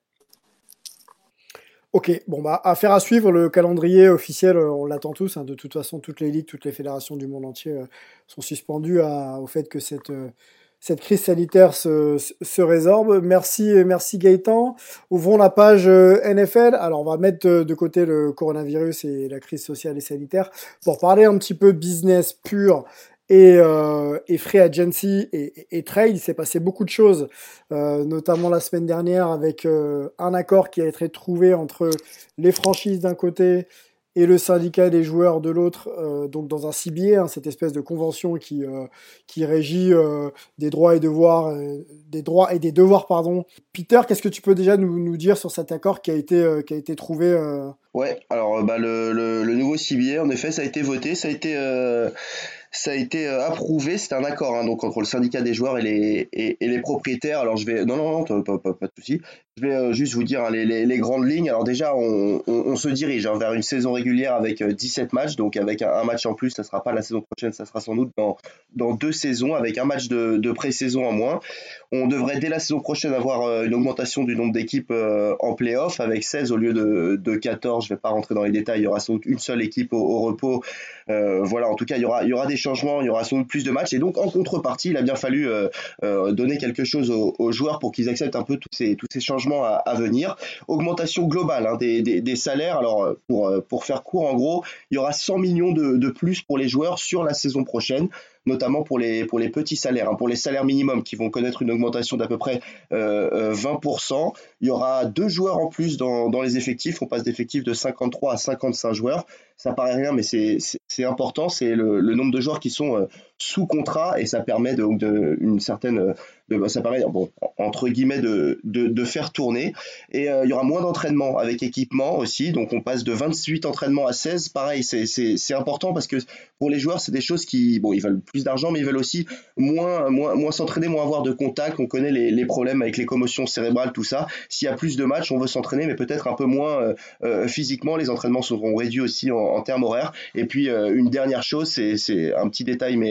Ok, bon bah affaire à suivre, le calendrier officiel, on l'attend tous, hein. De toute façon, toutes les ligues, toutes les fédérations du monde entier euh, sont suspendues à, au fait que cette, euh, cette crise sanitaire se, se résorbe. Merci, merci Gaëtan. Ouvrons la page euh, N F L. Alors on va mettre de, de côté le coronavirus et la crise sociale et sanitaire pour parler un petit peu business pur. Et, euh, et free agency et, et, et trade, il s'est passé beaucoup de choses, euh, notamment la semaine dernière avec euh, un accord qui a été trouvé entre les franchises d'un côté et le syndicat des joueurs de l'autre, euh, donc dans un C B A, hein, cette espèce de convention qui euh, qui régit euh, des droits et devoirs, euh, des droits et des devoirs, pardon. Peter, qu'est-ce que tu peux déjà nous, nous dire sur cet accord qui a été euh, qui a été trouvé euh... Ouais, alors bah le, le le nouveau C B A, en effet, ça a été voté, ça a été euh... Ça a été euh, approuvé, c'est un accord hein, donc entre le syndicat des joueurs et les et, et les propriétaires. Alors je vais non non non pas, pas, pas de souci. Je vais euh, juste vous dire hein, les, les, les grandes lignes. Alors déjà on, on, on se dirige hein, vers une saison régulière avec euh, dix-sept matchs, donc avec un, un match en plus. Ça sera pas la saison prochaine, ça sera sans doute dans dans deux saisons avec un match de, de pré-saison en moins. On devrait dès la saison prochaine avoir euh, une augmentation du nombre d'équipes euh, en play-off avec seize au lieu de, de quatorze. Je vais pas rentrer dans les détails. Il y aura sans doute une seule équipe au, au repos. Euh, voilà, en tout cas il y aura il y aura des changements, il y aura sans doute plus de matchs et donc en contrepartie il a bien fallu euh, euh, donner quelque chose aux, aux joueurs pour qu'ils acceptent un peu tous ces, tous ces changements à, à venir. Augmentation globale hein, des, des, des salaires, alors pour, pour faire court en gros il y aura cent millions de, de plus pour les joueurs sur la saison prochaine, notamment pour les, pour les petits salaires, hein, pour les salaires minimums qui vont connaître une augmentation d'à peu près euh, vingt pour cent. Il y aura deux joueurs en plus dans, dans les effectifs, on passe d'effectifs de cinquante-trois à cinquante-cinq joueurs. Ça paraît rien, mais c'est, c'est, c'est important, c'est le, le nombre de joueurs qui sont euh, sous contrat et ça permet de, de une certaine, de, ça permet bon, entre guillemets de, de, de faire tourner. Et euh, il y aura moins d'entraînement avec équipement aussi, donc on passe de vingt-huit entraînements à seize. Pareil, c'est, c'est, c'est important parce que pour les joueurs, c'est des choses qui, bon, ils veulent plus d'argent, mais ils veulent aussi moins, moins, moins s'entraîner, moins avoir de contact. On connaît les, les problèmes avec les commotions cérébrales, tout ça. S'il y a plus de matchs, on veut s'entraîner, mais peut-être un peu moins euh, euh, physiquement. Les entraînements seront réduits aussi en, en termes horaires. Et puis euh, une dernière chose, c'est, c'est un petit détail, mais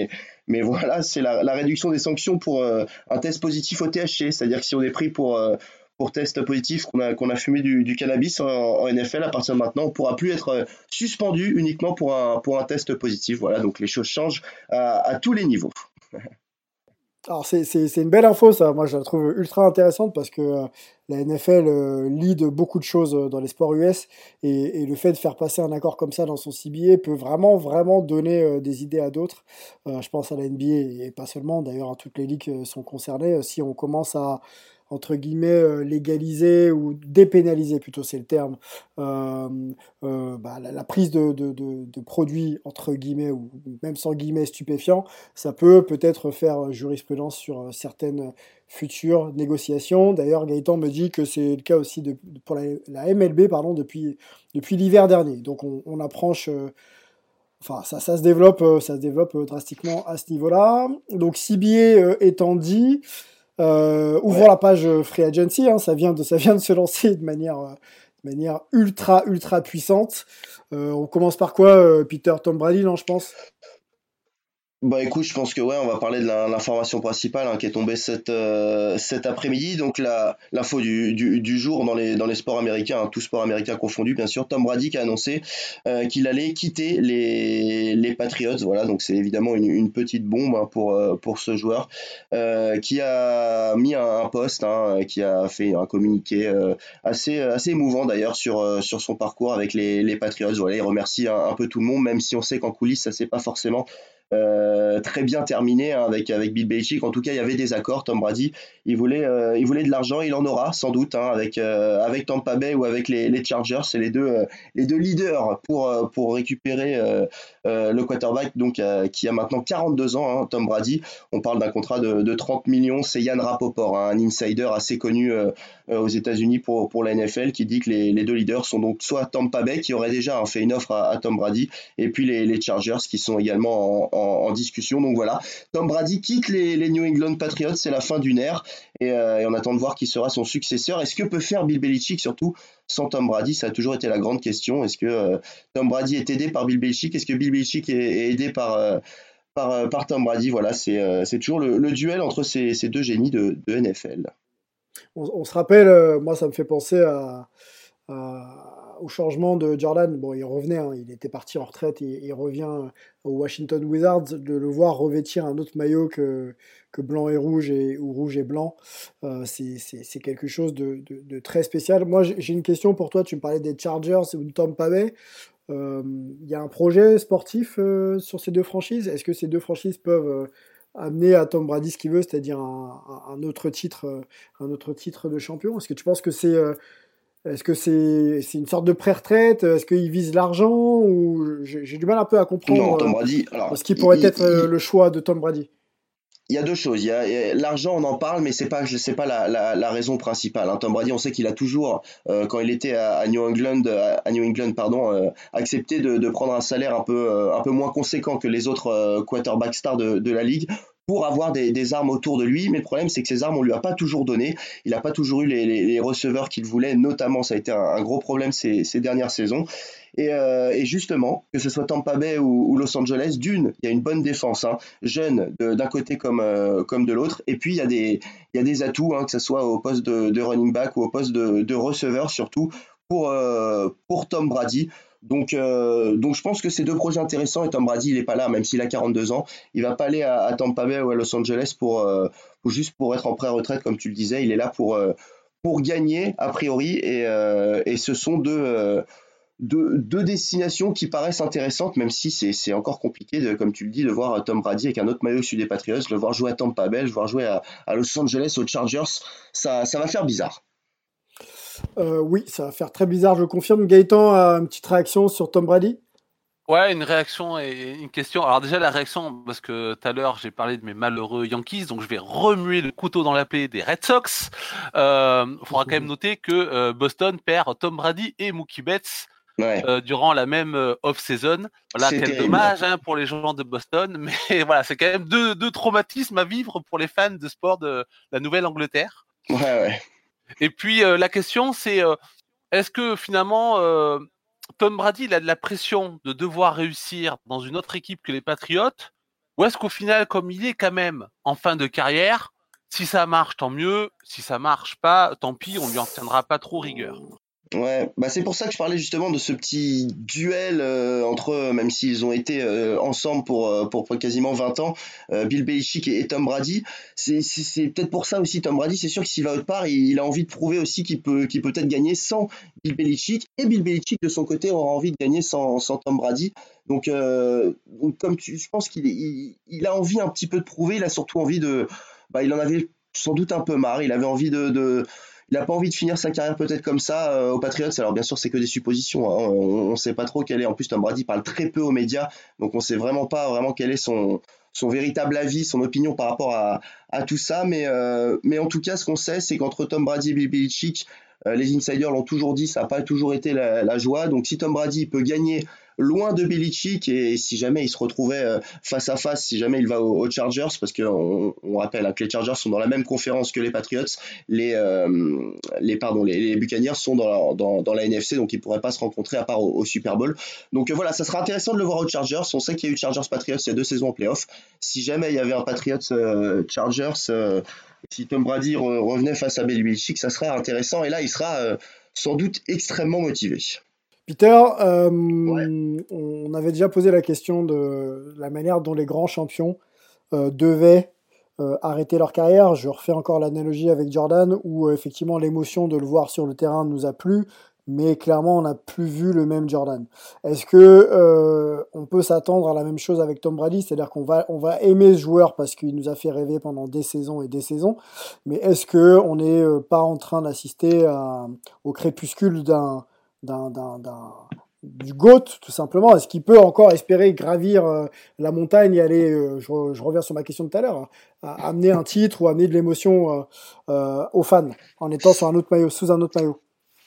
mais voilà, c'est la, la réduction des sanctions pour euh, un test positif au T H C, c'est-à-dire que si on est pris pour euh, pour test positif qu'on a qu'on a fumé du, du cannabis en, en N F L, à partir de maintenant, on pourra plus être suspendu uniquement pour un pour un test positif. Voilà, donc les choses changent à, à tous les niveaux. Alors c'est, c'est, c'est une belle info ça, moi je la trouve ultra intéressante parce que euh, la N F L euh, lead beaucoup de choses euh, dans les sports U S et, et le fait de faire passer un accord comme ça dans son C B A peut vraiment vraiment donner euh, des idées à d'autres. Euh, je pense à la N B A et pas seulement, d'ailleurs toutes les ligues euh, sont concernées. Si on commence à entre guillemets euh, légaliser ou dépénaliser plutôt c'est le terme euh, euh, bah, la, la prise de, de, de, de produits entre guillemets ou même sans guillemets stupéfiants, ça peut peut-être faire jurisprudence sur euh, certaines futures négociations. D'ailleurs Gaëtan me dit que c'est le cas aussi de, pour la, la M L B pardon, depuis, depuis l'hiver dernier, donc on, on approche euh, Enfin, ça, ça se développe, euh, ça se développe euh, drastiquement à ce niveau-là. Donc C B A euh, étant dit, Euh, ouvrons ouais. la page Free Agency, hein, ça, vient de, ça vient de se lancer de manière, euh, de manière ultra, ultra puissante. Euh, on commence par quoi, euh, Peter? Tom Brady, non, je pense? Bah écoute, je pense que ouais, on va parler de la- l'information principale hein, qui est tombée cet, euh, cet après-midi. Donc la, l'info du, du, du jour dans les, dans les sports américains, hein, tous sports américains confondus, bien sûr. Tom Brady qui a annoncé euh, qu'il allait quitter les, les Patriots. Voilà, donc c'est évidemment une, une petite bombe hein, pour, euh, pour ce joueur euh, qui a mis un, un post, hein, qui a fait un communiqué euh, assez, assez émouvant d'ailleurs sur, euh, sur son parcours avec les, les Patriots. Voilà, il remercie un, un peu tout le monde, même si on sait qu'en coulisses, ça s'est pas forcément Euh, très bien terminé hein, avec avec Bill Belichick. En tout cas, il y avait des accords. Tom Brady, il voulait euh, il voulait de l'argent, il en aura sans doute hein, avec euh, avec Tampa Bay ou avec les, les Chargers. C'est les deux euh, les deux leaders pour euh, pour récupérer euh, euh, le quarterback donc euh, qui a maintenant quarante-deux ans. Hein, Tom Brady. On parle d'un contrat de, de trente millions. C'est Ian Rapoport, hein, un insider assez connu euh, aux États-Unis pour pour la N F L, qui dit que les, les deux leaders sont donc soit Tampa Bay qui aurait déjà hein, fait une offre à, à Tom Brady, et puis les, les Chargers qui sont également en, en, en discussion. Donc voilà, Tom Brady quitte les, les New England Patriots, c'est la fin d'une ère et, euh, et on attend de voir qui sera son successeur. Est-ce que peut faire Bill Belichick surtout sans Tom Brady? Ça a toujours été la grande question. Est-ce que euh, Tom Brady est aidé par Bill Belichick? Est-ce que Bill Belichick est, est aidé par euh, par, euh, par Tom Brady? Voilà, c'est, euh, c'est toujours le, le duel entre ces, ces deux génies de, de N F L. On, on se rappelle, euh, moi ça me fait penser à, à- au changement de Jordan. Bon, il revenait, hein, il était parti en retraite et il revient au Washington Wizards. De le voir revêtir un autre maillot que, que blanc et rouge et, ou rouge et blanc, euh, c'est, c'est, c'est quelque chose de, de- de très spécial. Moi j'ai j'ai une question pour toi. Tu me parlais des Chargers ou de Tampa Bay. Euh, Il y a un projet sportif euh, sur ces deux franchises. Est-ce que ces deux franchises peuvent euh, amener à Tom Brady ce qu'il veut, c'est-à-dire un, un- un autre titre, euh, un autre titre de champion? Est-ce que tu penses que c'est, euh, est-ce que c'est, c'est une sorte de pré-retraite? Est-ce qu'il vise l'argent? Ou j'ai, j'ai du mal un peu à Non, comprendre Tom euh, Brady, alors ce qui il, pourrait il- être euh, il- le choix de Tom Brady. il y a deux choses. Il y a, il y a- l'argent, on en parle, mais c'est pas, c'est pas la, la, la raison principale. Hein. Tom Brady, on sait qu'il a toujours, euh, quand il était à, à New England, à, à New England, pardon, euh, accepté de, de prendre un salaire un peu, euh, un peu moins conséquent que les autres euh, quarterback stars de, de la ligue pour avoir des, des armes autour de lui. Mais le problème, c'est que ces armes, on lui a pas toujours donné. Il n'a pas toujours eu les, les, les receveurs qu'il voulait. Notamment, ça a été un, un gros problème ces, ces dernières saisons. Et, euh, et justement, que ce soit Tampa Bay ou, ou Los Angeles, d'une, il y a une bonne défense, hein, jeune de- d'un côté comme, euh, comme de l'autre. Et puis, il y a des, il y a des atouts, hein, que ce soit au poste de, de running back ou au poste de, de receveur, surtout pour, euh, pour Tom Brady. Donc, euh, donc, je pense que c'est deux projets intéressants. Et Tom Brady, il n'est pas là, même s'il a quarante-deux ans. Il va pas aller à, à Tampa Bay ou à Los Angeles pour, euh, pour juste pour être en pré-retraite, comme tu le disais. Il est là pour, euh, pour gagner, a priori. Et, euh, et ce sont deux. euh, deux, deux destinations qui paraissent intéressantes, même si c'est, c'est encore compliqué, de, comme tu le dis, de voir Tom Brady avec un autre maillot issu des Patriots, le voir jouer à Tampa Bay, le voir jouer à, à Los Angeles, aux Chargers, ça, ça va faire bizarre. Euh, oui, ça va faire très bizarre, je confirme. Gaëtan a une petite réaction sur Tom Brady? Ouais, une réaction et une question. Alors déjà la réaction, parce que tout à l'heure j'ai parlé de mes malheureux Yankees, donc je vais remuer le couteau dans la plaie des Red Sox. Euh, faudra quand même noter que euh, Boston perd Tom Brady et Mookie Betts Ouais. euh, durant la même euh, off-season. Voilà, C'est quel terrible. dommage hein, pour les gens de Boston, mais voilà, c'est quand même deux, deux traumatismes à vivre pour les fans de sport de la Nouvelle-Angleterre. Ouais, ouais. Et puis euh, la question c'est, euh, est-ce que finalement euh, Tom Brady il a de la pression de devoir réussir dans une autre équipe que les Patriots, Ou est-ce qu'au final, comme il est quand même en fin de carrière, si ça marche, tant mieux. Si ça marche pas, tant pis, on lui en tiendra pas trop rigueur. Ouais, bah c'est pour ça que je parlais justement de ce petit duel euh, entre eux, même s'ils ont été euh, ensemble pour, euh, pour, pour quasiment vingt ans, euh, Bill Belichick et, et Tom Brady. C'est, c'est, c'est peut-être pour ça aussi, Tom Brady, c'est sûr que s'il va autre part, il, il a envie de prouver aussi qu'il peut, qu'il peut peut-être gagner sans Bill Belichick, et Bill Belichick de son côté aura envie de gagner sans, sans Tom Brady. Donc, euh, donc comme tu, je pense qu'il est, il, il a envie un petit peu de prouver, il a surtout envie de, bah il en avait sans doute un peu marre, il avait envie de, de il n'a pas envie de finir sa carrière peut-être comme ça euh, aux Patriots. Alors bien sûr, c'est que des suppositions. Hein. On ne sait pas trop quel est. En plus, Tom Brady parle très peu aux médias, donc on ne sait vraiment pas vraiment quel est son, son véritable avis, son opinion par rapport à, à tout ça. Mais, euh, mais en tout cas, ce qu'on sait, c'est qu'entre Tom Brady et Bill Belichick, euh, les insiders l'ont toujours dit, ça n'a pas toujours été la, la joie. Donc si Tom Brady peut gagner loin de Belichick, et si jamais il se retrouvait euh, face à face, si jamais il va aux, aux Chargers, parce qu'on on rappelle hein, que les Chargers sont dans la même conférence que les Patriots, les, euh, les, pardon, les, les Buccaneers sont dans la, dans, dans la N F C, donc ils ne pourraient pas se rencontrer à part au, au Super Bowl. Donc euh, voilà, ça sera intéressant de le voir aux Chargers. On sait qu'il y a eu Chargers-Patriots il y a deux saisons en playoff. Si jamais il y avait un Patriots-Chargers, euh, si Tom Brady re- revenait face à Bill Belichick, ça serait intéressant, et là il sera euh, sans doute extrêmement motivé. Peter, euh, ouais. on avait déjà posé la question de la manière dont les grands champions euh, devaient euh, arrêter leur carrière. Je refais encore l'analogie avec Jordan, où euh, effectivement l'émotion de le voir sur le terrain nous a plu, mais clairement on n'a plus vu le même Jordan. Est-ce que euh, on peut s'attendre à la même chose avec Tom Brady, c'est-à-dire qu'on va on va aimer ce joueur parce qu'il nous a fait rêver pendant des saisons et des saisons, mais est-ce que on n'est euh, pas en train d'assister à, au crépuscule d'un D'un, d'un, d'un, du GOAT, tout simplement? Est-ce qu'il peut encore espérer gravir euh, la montagne et aller, euh, je, je reviens sur ma question de tout à l'heure, à, à amener un titre ou amener de l'émotion euh, euh, aux fans en étant sur un autre maillot, sous un autre maillot?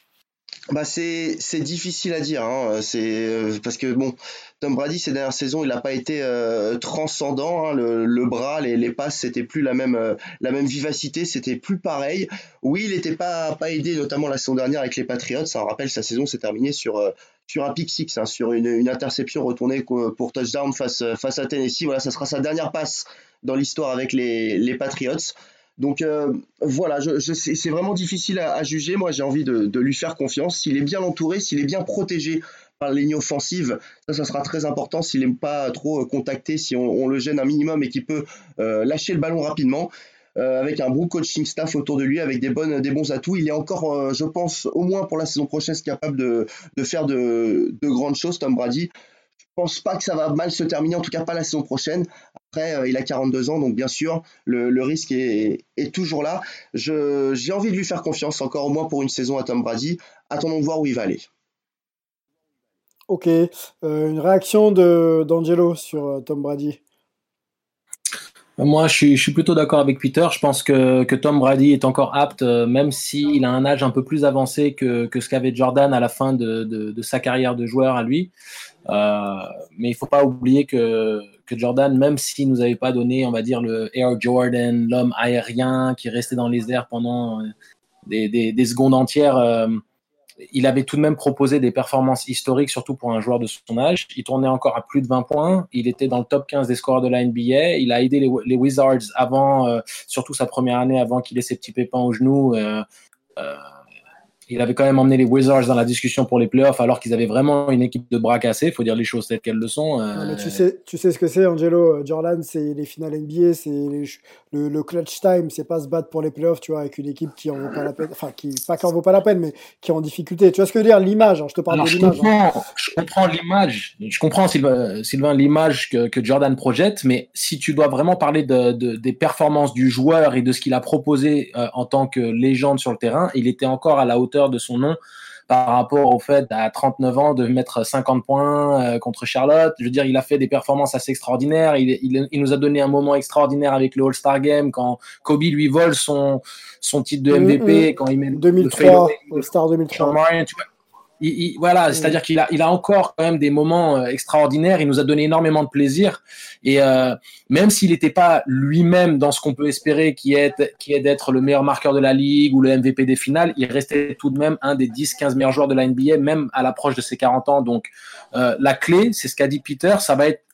Bah c'est c'est difficile à dire, hein. C'est euh, parce que bon, Tom Brady ces dernières saisons, il n'a pas été euh, transcendant, hein. Le, le bras, les, les passes, c'était plus la même euh, la même vivacité, c'était plus pareil. Oui, il n'était pas pas aidé, notamment la saison dernière avec les Patriots. Ça rappelle, sa saison s'est terminée sur euh, sur un pick six, hein, sur une, une interception retournée pour touchdown face face à Tennessee. Voilà, ça sera sa dernière passe dans l'histoire avec les les Patriots. Donc euh, voilà, je, je, c'est, c'est vraiment difficile à, à juger. Moi, j'ai envie de, de lui faire confiance. S'il est bien entouré, s'il est bien protégé par la ligne offensive, ça, ça sera très important. S'il n'est pas trop contacté, si on, on le gêne un minimum et qu'il peut euh, lâcher le ballon rapidement, euh, avec un bon coaching staff autour de lui, avec des, bonnes, des bons atouts, il est encore, euh, je pense, au moins pour la saison prochaine, capable de, de faire de, de grandes choses, Tom Brady. Je pense pas que ça va mal se terminer, en tout cas pas la saison prochaine. Après, euh, il a quarante-deux ans, donc bien sûr, le, le risque est, est toujours là. Je, j'ai envie de lui faire confiance, encore au moins pour une saison à Tom Brady. Attendons de voir où il va aller. Ok, euh, une réaction de, d'Angelo sur euh, Tom Brady? Moi, je suis, je suis plutôt d'accord avec Peter. Je pense que, que Tom Brady est encore apte, euh, même s'il a un âge un peu plus avancé que, que ce qu'avait Jordan à la fin de, de, de sa carrière de joueur à lui. Euh, mais il ne faut pas oublier que, que Jordan, même s'il ne nous avait pas donné, on va dire, le Air Jordan, l'homme aérien qui restait dans les airs pendant des, des, des secondes entières, euh, il avait tout de même proposé des performances historiques, surtout pour un joueur de son âge. Il tournait encore à plus de vingt points. Il était dans le top quinze des scoreurs de la N B A. Il a aidé les, les Wizards avant, euh, surtout sa première année, avant qu'il ait ses petits pépins au genou. Euh, euh, il avait quand même emmené les Wizards dans la discussion pour les playoffs, alors qu'ils avaient vraiment une équipe de bras cassés. Il faut dire les choses telles qu'elles le sont. Euh... Non, mais tu sais, tu sais ce que c'est, Angelo. Jordan, c'est les finales N B A, c'est les, le, le clutch time, c'est pas se battre pour les playoffs, tu vois, avec une équipe qui en vaut pas la peine, enfin, qui, pas qui en vaut pas la peine, mais qui est en difficulté. Tu vois ce que je veux dire? L'image, hein, je te parle alors, de je l'image. Comprends, hein. Je comprends l'image, je comprends, Sylvain, Sylvain l'image que, que Jordan projette, mais si tu dois vraiment parler de, de, des performances du joueur et de ce qu'il a proposé euh, en tant que légende sur le terrain, il était encore à la hauteur de son nom par rapport au fait à trente-neuf ans de mettre cinquante points euh, contre Charlotte. Je veux dire, il a fait des performances assez extraordinaires. Il, il, il nous a donné un moment extraordinaire avec le All-Star Game quand Kobe lui vole son, son titre de M V P, mmh, quand il met deux mille trois, le All-Star deux mille trois. Marion, tu vois. Il, il, voilà, mmh. C'est-à-dire qu'il a, il a encore quand même des moments euh, extraordinaires. Il nous a donné énormément de plaisir. Et euh, même s'il n'était pas lui-même dans ce qu'on peut espérer, qui est, qui est d'être le meilleur marqueur de la ligue ou le M V P des finales, il restait tout de même un des dix quinze meilleurs joueurs de la N B A, même à l'approche de ses quarante ans. Donc, euh, la clé, c'est ce qu'a dit Peter, ça va être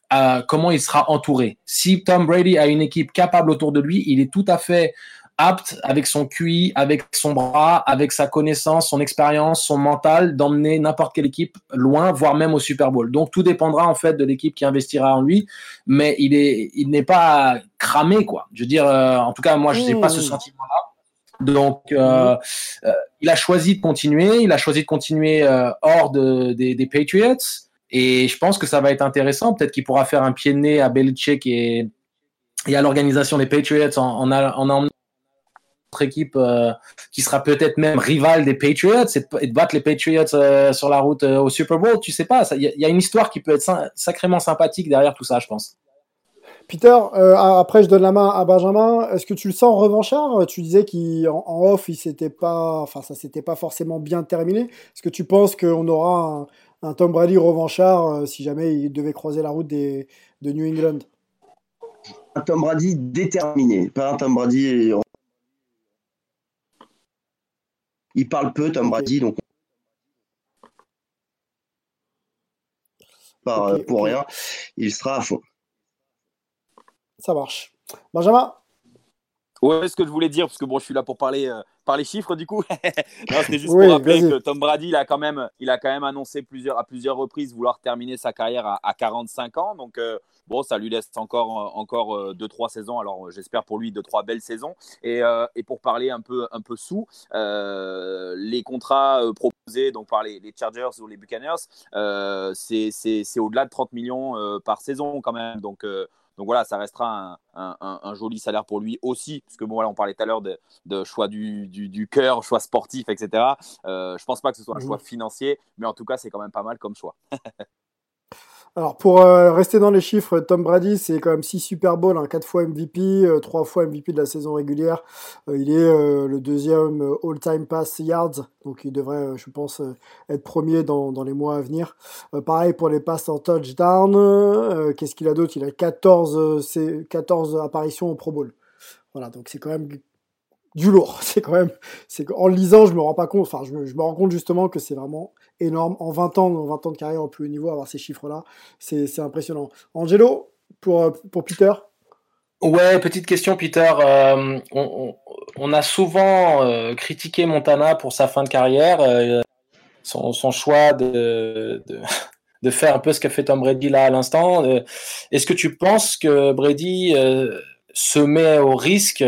euh, comment il sera entouré. Si Tom Brady a une équipe capable autour de lui, il est tout à fait apte, avec son Q I, avec son bras, avec sa connaissance, son expérience, son mental, d'emmener n'importe quelle équipe loin, voire même au Super Bowl. Donc, tout dépendra en fait de l'équipe qui investira en lui, mais il est, il n'est pas cramé, quoi. Je veux dire, euh, en tout cas, moi, je n'ai mmh. pas ce sentiment-là. Donc, euh, mmh. euh, il a choisi de continuer, il a choisi de continuer euh, hors de, des, des Patriots, et je pense que ça va être intéressant. Peut-être qu'il pourra faire un pied de nez à Belichick et, et à l'organisation des Patriots en, en, en emmenant notre équipe euh, qui sera peut-être même rivale des Patriots et de, et de battre les Patriots euh, sur la route euh, au Super Bowl, tu sais pas, il y, y a une histoire qui peut être sa- sacrément sympathique derrière tout ça, je pense. Peter, euh, après je donne la main à Benjamin, est-ce que tu le sens revanchard? Tu disais qu'en en off, il s'était pas, enfin ça s'était pas forcément bien terminé. Est-ce que tu penses qu'on aura un, un Tom Brady revanchard euh, si jamais il devait croiser la route des, de New England? Un Tom Brady déterminé, pas un Tom Brady... Il parle peu, Tom Brady, donc pas okay, pour okay. rien. Il sera à fond. Ça marche. Benjamin? Ouais, ce que je voulais dire, parce que bon, je suis là pour parler euh, par les chiffres du coup. Non, c'était juste oui, pour rappeler vas-y. que Tom Brady, il a quand même, il a quand même annoncé plusieurs, à plusieurs reprises vouloir terminer sa carrière à, à quarante-cinq ans. Donc euh, bon, ça lui laisse encore, encore deux trois saisons. Alors j'espère pour lui deux trois belles saisons. Et, euh, et pour parler un peu, un peu sous, euh, les contrats euh, proposés donc par les, les Chargers ou les Buccaneers, euh, c'est, c'est, c'est au-delà de trente millions euh, par saison quand même. Donc euh, Donc voilà, ça restera un, un, un joli salaire pour lui aussi, parce que bon, voilà, on parlait tout à l'heure de, de choix du, du, du cœur, choix sportif, et cetera. Euh, je ne pense pas que ce soit un choix financier, mais en tout cas, c'est quand même pas mal comme choix. Alors pour euh, rester dans les chiffres, Tom Brady, c'est quand même six Super Bowls, hein, quatre fois M V P, euh, trois fois M V P de la saison régulière. Euh, il est euh, le deuxième euh, all-time pass yards, donc il devrait, euh, je pense, euh, être premier dans, dans les mois à venir. Euh, pareil pour les passes en touchdown. Euh, qu'est-ce qu'il a d'autre? Il a quatorze, euh, c'est quatorze apparitions au Pro Bowl. Voilà, donc c'est quand même du lourd. C'est quand même, c'est en le lisant, je me rends pas compte. Enfin, je me, je me rends compte justement que c'est vraiment énorme. En vingt ans, en vingt ans de carrière au plus haut niveau, avoir ces chiffres-là, c'est, c'est impressionnant. Angelo, pour, pour Peter? Ouais, petite question, Peter. Euh, on, on, on a souvent euh, critiqué Montana pour sa fin de carrière, euh, son, son choix de, de, de faire un peu ce qu'a fait Tom Brady là à l'instant. Euh, est-ce que tu penses que Brady euh, se met au risque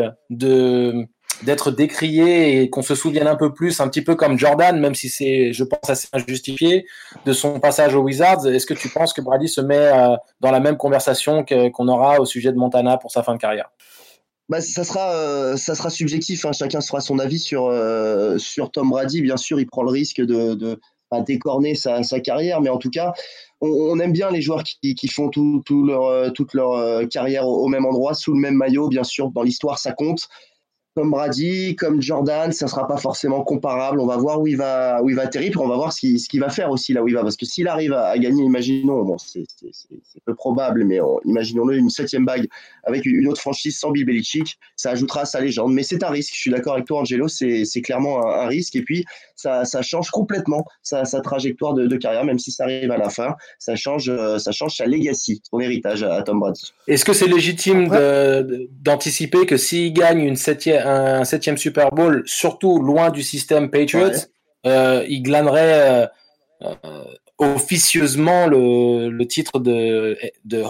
de d'être décrié et qu'on se souvienne un peu plus, un petit peu comme Jordan, même si c'est, je pense, assez injustifié, de son passage aux Wizards? Est-ce que tu penses que Brady se met euh, dans la même conversation que, qu'on aura au sujet de Montana pour sa fin de carrière? Bah, ça sera, euh, ça sera subjectif, hein. Chacun se fera son avis sur, euh, sur Tom Brady. Bien sûr, il prend le risque de, de bah, décorner sa, sa carrière, mais en tout cas, on, on aime bien les joueurs qui, qui font tout, tout leur, toute leur carrière au, au même endroit, sous le même maillot. Bien sûr, dans l'histoire, ça compte. Comme Brady, comme Jordan, ça ne sera pas forcément comparable. On va voir où il va, où il va atterrir, puis on va voir ce qu'il, ce qu'il va faire aussi là où il va. Parce que s'il arrive à, à gagner, imaginons, bon, c'est, c'est, c'est, c'est peu probable, mais on, imaginons-le, une septième bague avec une autre franchise sans Bill Belichick, ça ajoutera à sa légende. Mais c'est un risque, je suis d'accord avec toi, Angelo, c'est, c'est clairement un, un risque. Et puis, ça, ça change complètement sa, sa trajectoire de, de carrière, même si ça arrive à la fin. Ça change, ça change sa legacy, son héritage à, à Tom Brady. Est-ce que c'est légitime de, de, d'anticiper que s'il gagne une septième, un septième Super Bowl, surtout loin du système Patriots, ouais. euh, il glanerait euh, euh, officieusement le, le titre de, de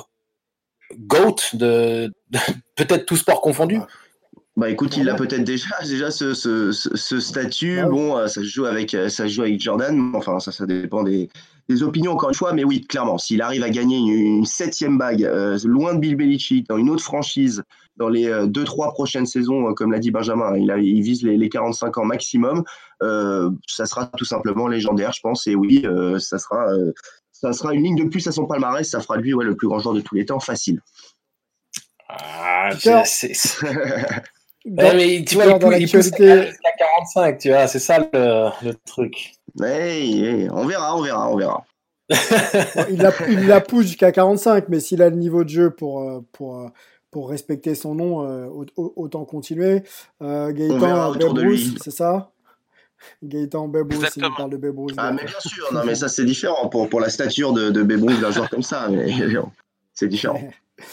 GOAT, de, de peut-être tout sport confondu? Bah écoute, il a peut-être déjà, déjà ce, ce, ce, ce statut. Bon, ça se joue avec, ça se joue avec Jordan. Enfin, ça, ça dépend des, des opinions encore une fois. Mais oui, clairement, s'il arrive à gagner une, une septième bague, euh, loin de Bill Belichick, dans une autre franchise, dans les euh, deux, trois prochaines saisons, euh, comme l'a dit Benjamin, il, a, il vise les, les quarante-cinq ans maximum. Euh, ça sera tout simplement légendaire, je pense. Et oui, euh, ça sera, euh, ça sera une ligne de plus à son palmarès. Ça fera de lui ouais, le plus grand joueur de tous les temps, facile. Ah, c'est. c'est... Dans, ouais, mais tu vois, il pousse, il pousse jusqu'à quarante-cinq, tu vois, c'est ça le, le truc. Hey, hey, on verra, on verra, on verra. Bon, il, la, il la pousse jusqu'à quarante-cinq, mais s'il a le niveau de jeu pour, pour, pour respecter son nom, autant continuer. Euh, Gaëtan Babe Ruth, c'est ça? Gaëtan Babe Ruth, il parle de Babe Ruth. Ah, mais bien sûr, non, mais ça c'est différent pour, pour la stature de, de Babe Ruth d'un joueur comme ça. Mais, c'est différent.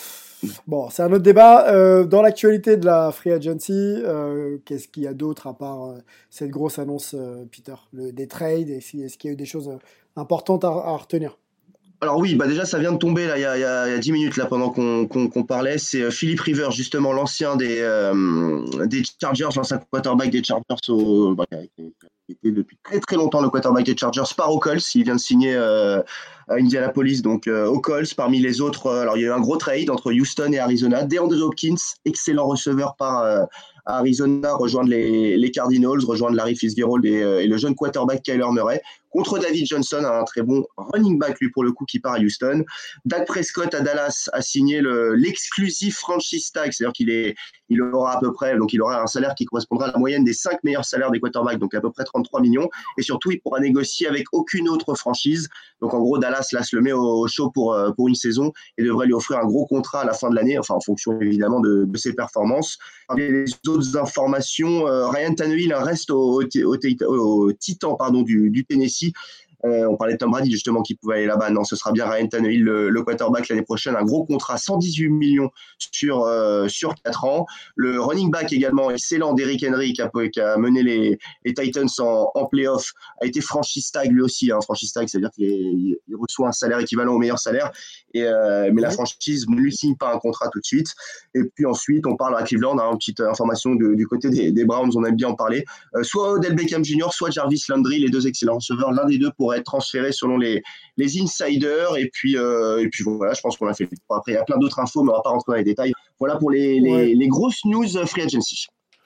Bon, c'est un autre débat. Euh, dans l'actualité de la Free Agency, euh, qu'est-ce qu'il y a d'autre à part euh, cette grosse annonce, euh, Peter, le, des trades, est-ce, est-ce qu'il y a eu des choses importantes à, à retenir? Alors oui, bah déjà ça vient de tomber là il y a, il y a, il y a dix minutes là pendant qu'on qu'on, qu'on parlait. C'est euh, Philip Rivers, justement l'ancien des, euh, des Chargers, l'ancien quarterback des Chargers, au, bah, qui était depuis très très longtemps le quarterback des Chargers par aux Colts. Il vient de signer euh, à Indianapolis, donc euh, aux Colts. Parmi les autres, euh, alors il y a eu un gros trade entre Houston et Arizona. DeAndre Hopkins, excellent receveur par euh, Arizona, rejoindre les, les Cardinals, rejoindre Larry Fitzgerald et, euh, et le jeune quarterback Kyler Murray. Contre David Johnson, un très bon running back, lui, pour le coup, qui part à Houston. Dak Prescott à Dallas a signé le, l'exclusif franchise tag, c'est-à-dire qu'il est, il aura à peu près, donc il aura un salaire qui correspondra à la moyenne des cinq meilleurs salaires des quarterbacks, donc à peu près trente-trois millions. Et surtout, il pourra négocier avec aucune autre franchise. Donc en gros, Dallas, là, se le met au show pour, pour une saison et devrait lui offrir un gros contrat à la fin de l'année, enfin en fonction évidemment de, de ses performances. Parmi les autres informations, euh, Ryan Tannehill reste au, au, au, au Titan pardon, du, du Tennessee. Euh, on parlait de Tom Brady justement qui pouvait aller là-bas. Non, ce sera bien Ryan Tannehill, le, le quarterback l'année prochaine. Un gros contrat, cent dix-huit millions sur, euh, sur quatre ans. Le running back également excellent d'Eric Henry qui a, qui a mené les, les Titans en, en playoff, a été franchise tag lui aussi. Hein. Franchise tag, c'est-à-dire qu'il est, il reçoit un salaire équivalent au meilleur salaire. Et, euh, mais la franchise ne lui signe pas un contrat tout de suite. Et puis ensuite, on parle à Cleveland, hein, une petite information de, du côté des, des Browns, on aime bien en parler. Euh, soit Odell Beckham junior, soit Jarvis Landry, les deux excellents receveurs. L'un des deux pourrait être transféré selon les, les insiders. Et puis, euh, et puis voilà, je pense qu'on a fait le tour. Après, il y a plein d'autres infos, mais on ne va pas rentrer dans les détails. Voilà pour les, les, ouais. les grosses news Free Agency.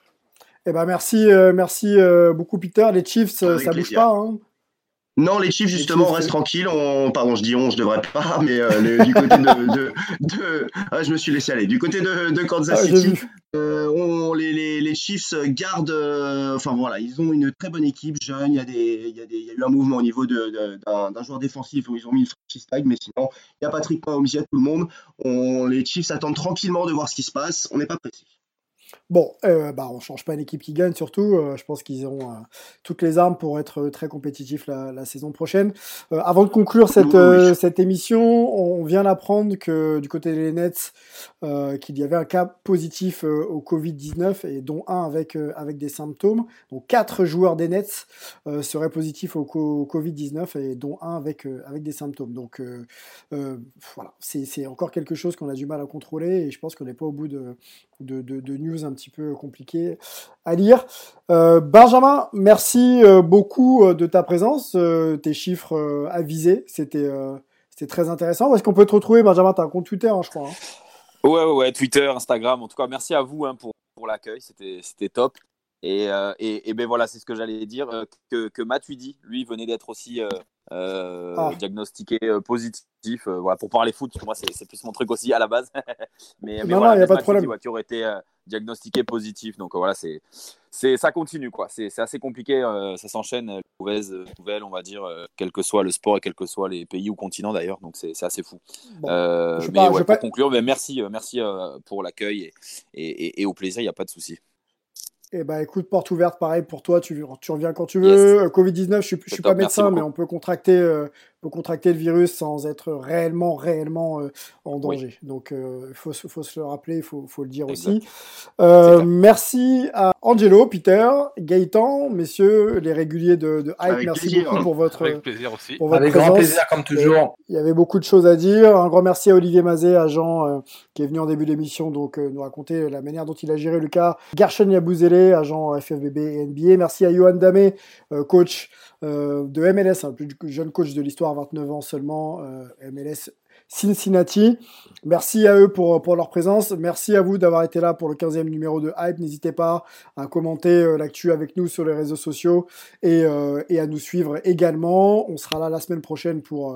Eh ben merci, euh, merci euh, beaucoup Peter. Les Chiefs, Avec ça ne bouge pas. Hein. Non, les Chiefs, justement, les Chiefs, on reste c'est... tranquille. On... Pardon, je dis on, je devrais pas, mais euh, le, du côté de. de, de... Ah, je me suis laissé aller. Du côté de, de Kansas ah, City, euh, on, les, les, les Chiefs gardent. Euh, enfin voilà, ils ont une très bonne équipe jeune. Il y a, des, il y a, des, il y a eu un mouvement au niveau de, de, d'un, d'un joueur défensif où ils ont mis le franchise tag, mais sinon, il y a Patrick Mahomes, il y a tout le monde. On, les Chiefs attendent tranquillement de voir ce qui se passe. On n'est pas pressé. Bon, euh, bah, on ne change pas une équipe qui gagne, surtout. Euh, je pense qu'ils ont euh, toutes les armes pour être très compétitifs la, la saison prochaine. Euh, avant de conclure cette, euh, cette émission, on vient d'apprendre que du côté des Nets, euh, qu'il y avait un cas positif euh, au covid dix-neuf, et dont un avec, euh, avec des symptômes. Donc quatre joueurs des Nets euh, seraient positifs au, au covid dix-neuf, et dont un avec, euh, avec des symptômes. Donc euh, euh, voilà, c'est, c'est encore quelque chose qu'on a du mal à contrôler, et je pense qu'on n'est pas au bout de, de, de, de news un petit peu compliqué à lire. Euh, Benjamin, merci euh, beaucoup euh, de ta présence, euh, tes chiffres euh, avisés, c'était, euh, c'était très intéressant. Où est-ce qu'on peut te retrouver, Benjamin? Tu as un compte Twitter, hein, je crois. Hein. Ouais, ouais, ouais, Twitter, Instagram, en tout cas, merci à vous hein, pour, pour l'accueil, c'était, c'était top. Et, euh, et, et ben voilà, c'est ce que j'allais dire, euh, que, que Matuidi, lui, venait d'être aussi euh, euh, ah. diagnostiqué euh, positif. Euh, voilà, pour parler foot, moi, c'est, c'est plus mon truc aussi à la base. mais mais non, voilà, non, y a pas de problème. Ouais, qui aurait été euh, diagnostiqué positif. Donc euh, voilà, c'est, c'est, ça continue, quoi. C'est, c'est assez compliqué, euh, ça s'enchaîne, les mauvaises nouvelles, on va dire, euh, quel que soit le sport et quels que soient les pays ou continents d'ailleurs. Donc c'est, c'est assez fou. Bon, euh, mais pas, ouais, pour pas... conclure, mais merci, euh, merci euh, pour l'accueil et, et, et, et au plaisir, il n'y a pas de souci. Eh ben, écoute, porte ouverte, pareil pour toi, tu, tu reviens quand tu veux. Yes. covid dix-neuf, je ne suis pas médecin, mais on peut contracter, euh, peut contracter le virus sans être réellement, réellement euh, en danger. Oui. Donc, il euh, faut, faut se le rappeler, il faut, faut le dire exact. Aussi. Euh, merci à Angelo, Peter, Gaëtan, messieurs, les réguliers de, de Hype. Avec merci plaisir, beaucoup hein. pour votre, Avec plaisir aussi. Pour votre Avec présence. grand plaisir, comme toujours. Il y avait beaucoup de choses à dire. Un grand merci à Olivier Mazet, agent euh, qui est venu en début d'émission, donc euh, nous raconter la manière dont il a géré le cas. Gershon Yabouzélé, agent F F B B et N B A. Merci à Johan Damé, euh, coach euh, de M L S, hein, le plus jeune coach de l'histoire, vingt-neuf ans seulement, euh, M L S Cincinnati. Merci à eux pour, pour leur présence. Merci à vous d'avoir été là pour le quinzième numéro de Hype. N'hésitez pas à commenter euh, l'actu avec nous sur les réseaux sociaux et, euh, et à nous suivre également. On sera là la semaine prochaine pour,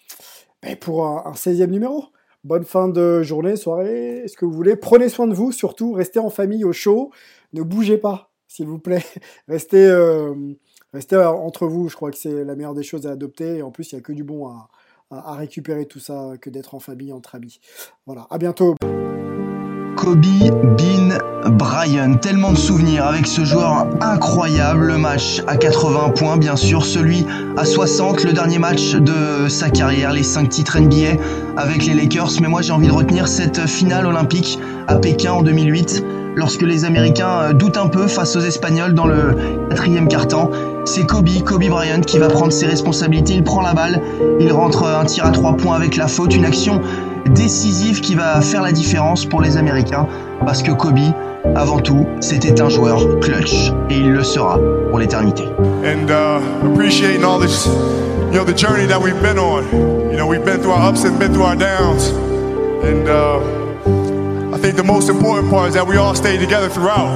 euh, pour un, un seizième numéro. Bonne fin de journée, soirée, ce que vous voulez. Prenez soin de vous, surtout. Restez en famille au chaud. Ne bougez pas, s'il vous plaît. Restez, euh, restez entre vous. Je crois que c'est la meilleure des choses à adopter. Et en plus, il n'y a que du bon à, à, à récupérer tout ça que d'être en famille, entre amis. Voilà, à bientôt. Kobe Bean Bryant. Tellement de souvenirs avec ce joueur incroyable. Le match à quatre-vingts points, bien sûr. Celui à soixante, le dernier match de sa carrière. Les cinq titres N B A avec les Lakers. Mais moi, j'ai envie de retenir cette finale olympique à Pékin en deux mille huit. Lorsque les Américains doutent un peu face aux Espagnols dans le quatrième quart-temps. C'est Kobe, Kobe Bryant qui va prendre ses responsabilités. Il prend la balle, il rentre un tir à trois points avec la faute. Une action décisive qui va faire la différence pour les Américains. Parce que Kobe, avant tout, c'était un joueur clutch. Et il le sera pour l'éternité. And uh, appreciating all this, you know, the journey that we've been on. You know, we've been through our ups and been through our downs. And uh, I think the most important part is that we all stayed together throughout.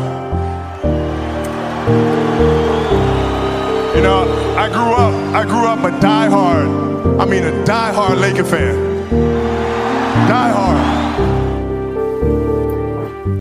You know, I grew up, I grew up a diehard, I mean a diehard Laker fan. Die hard.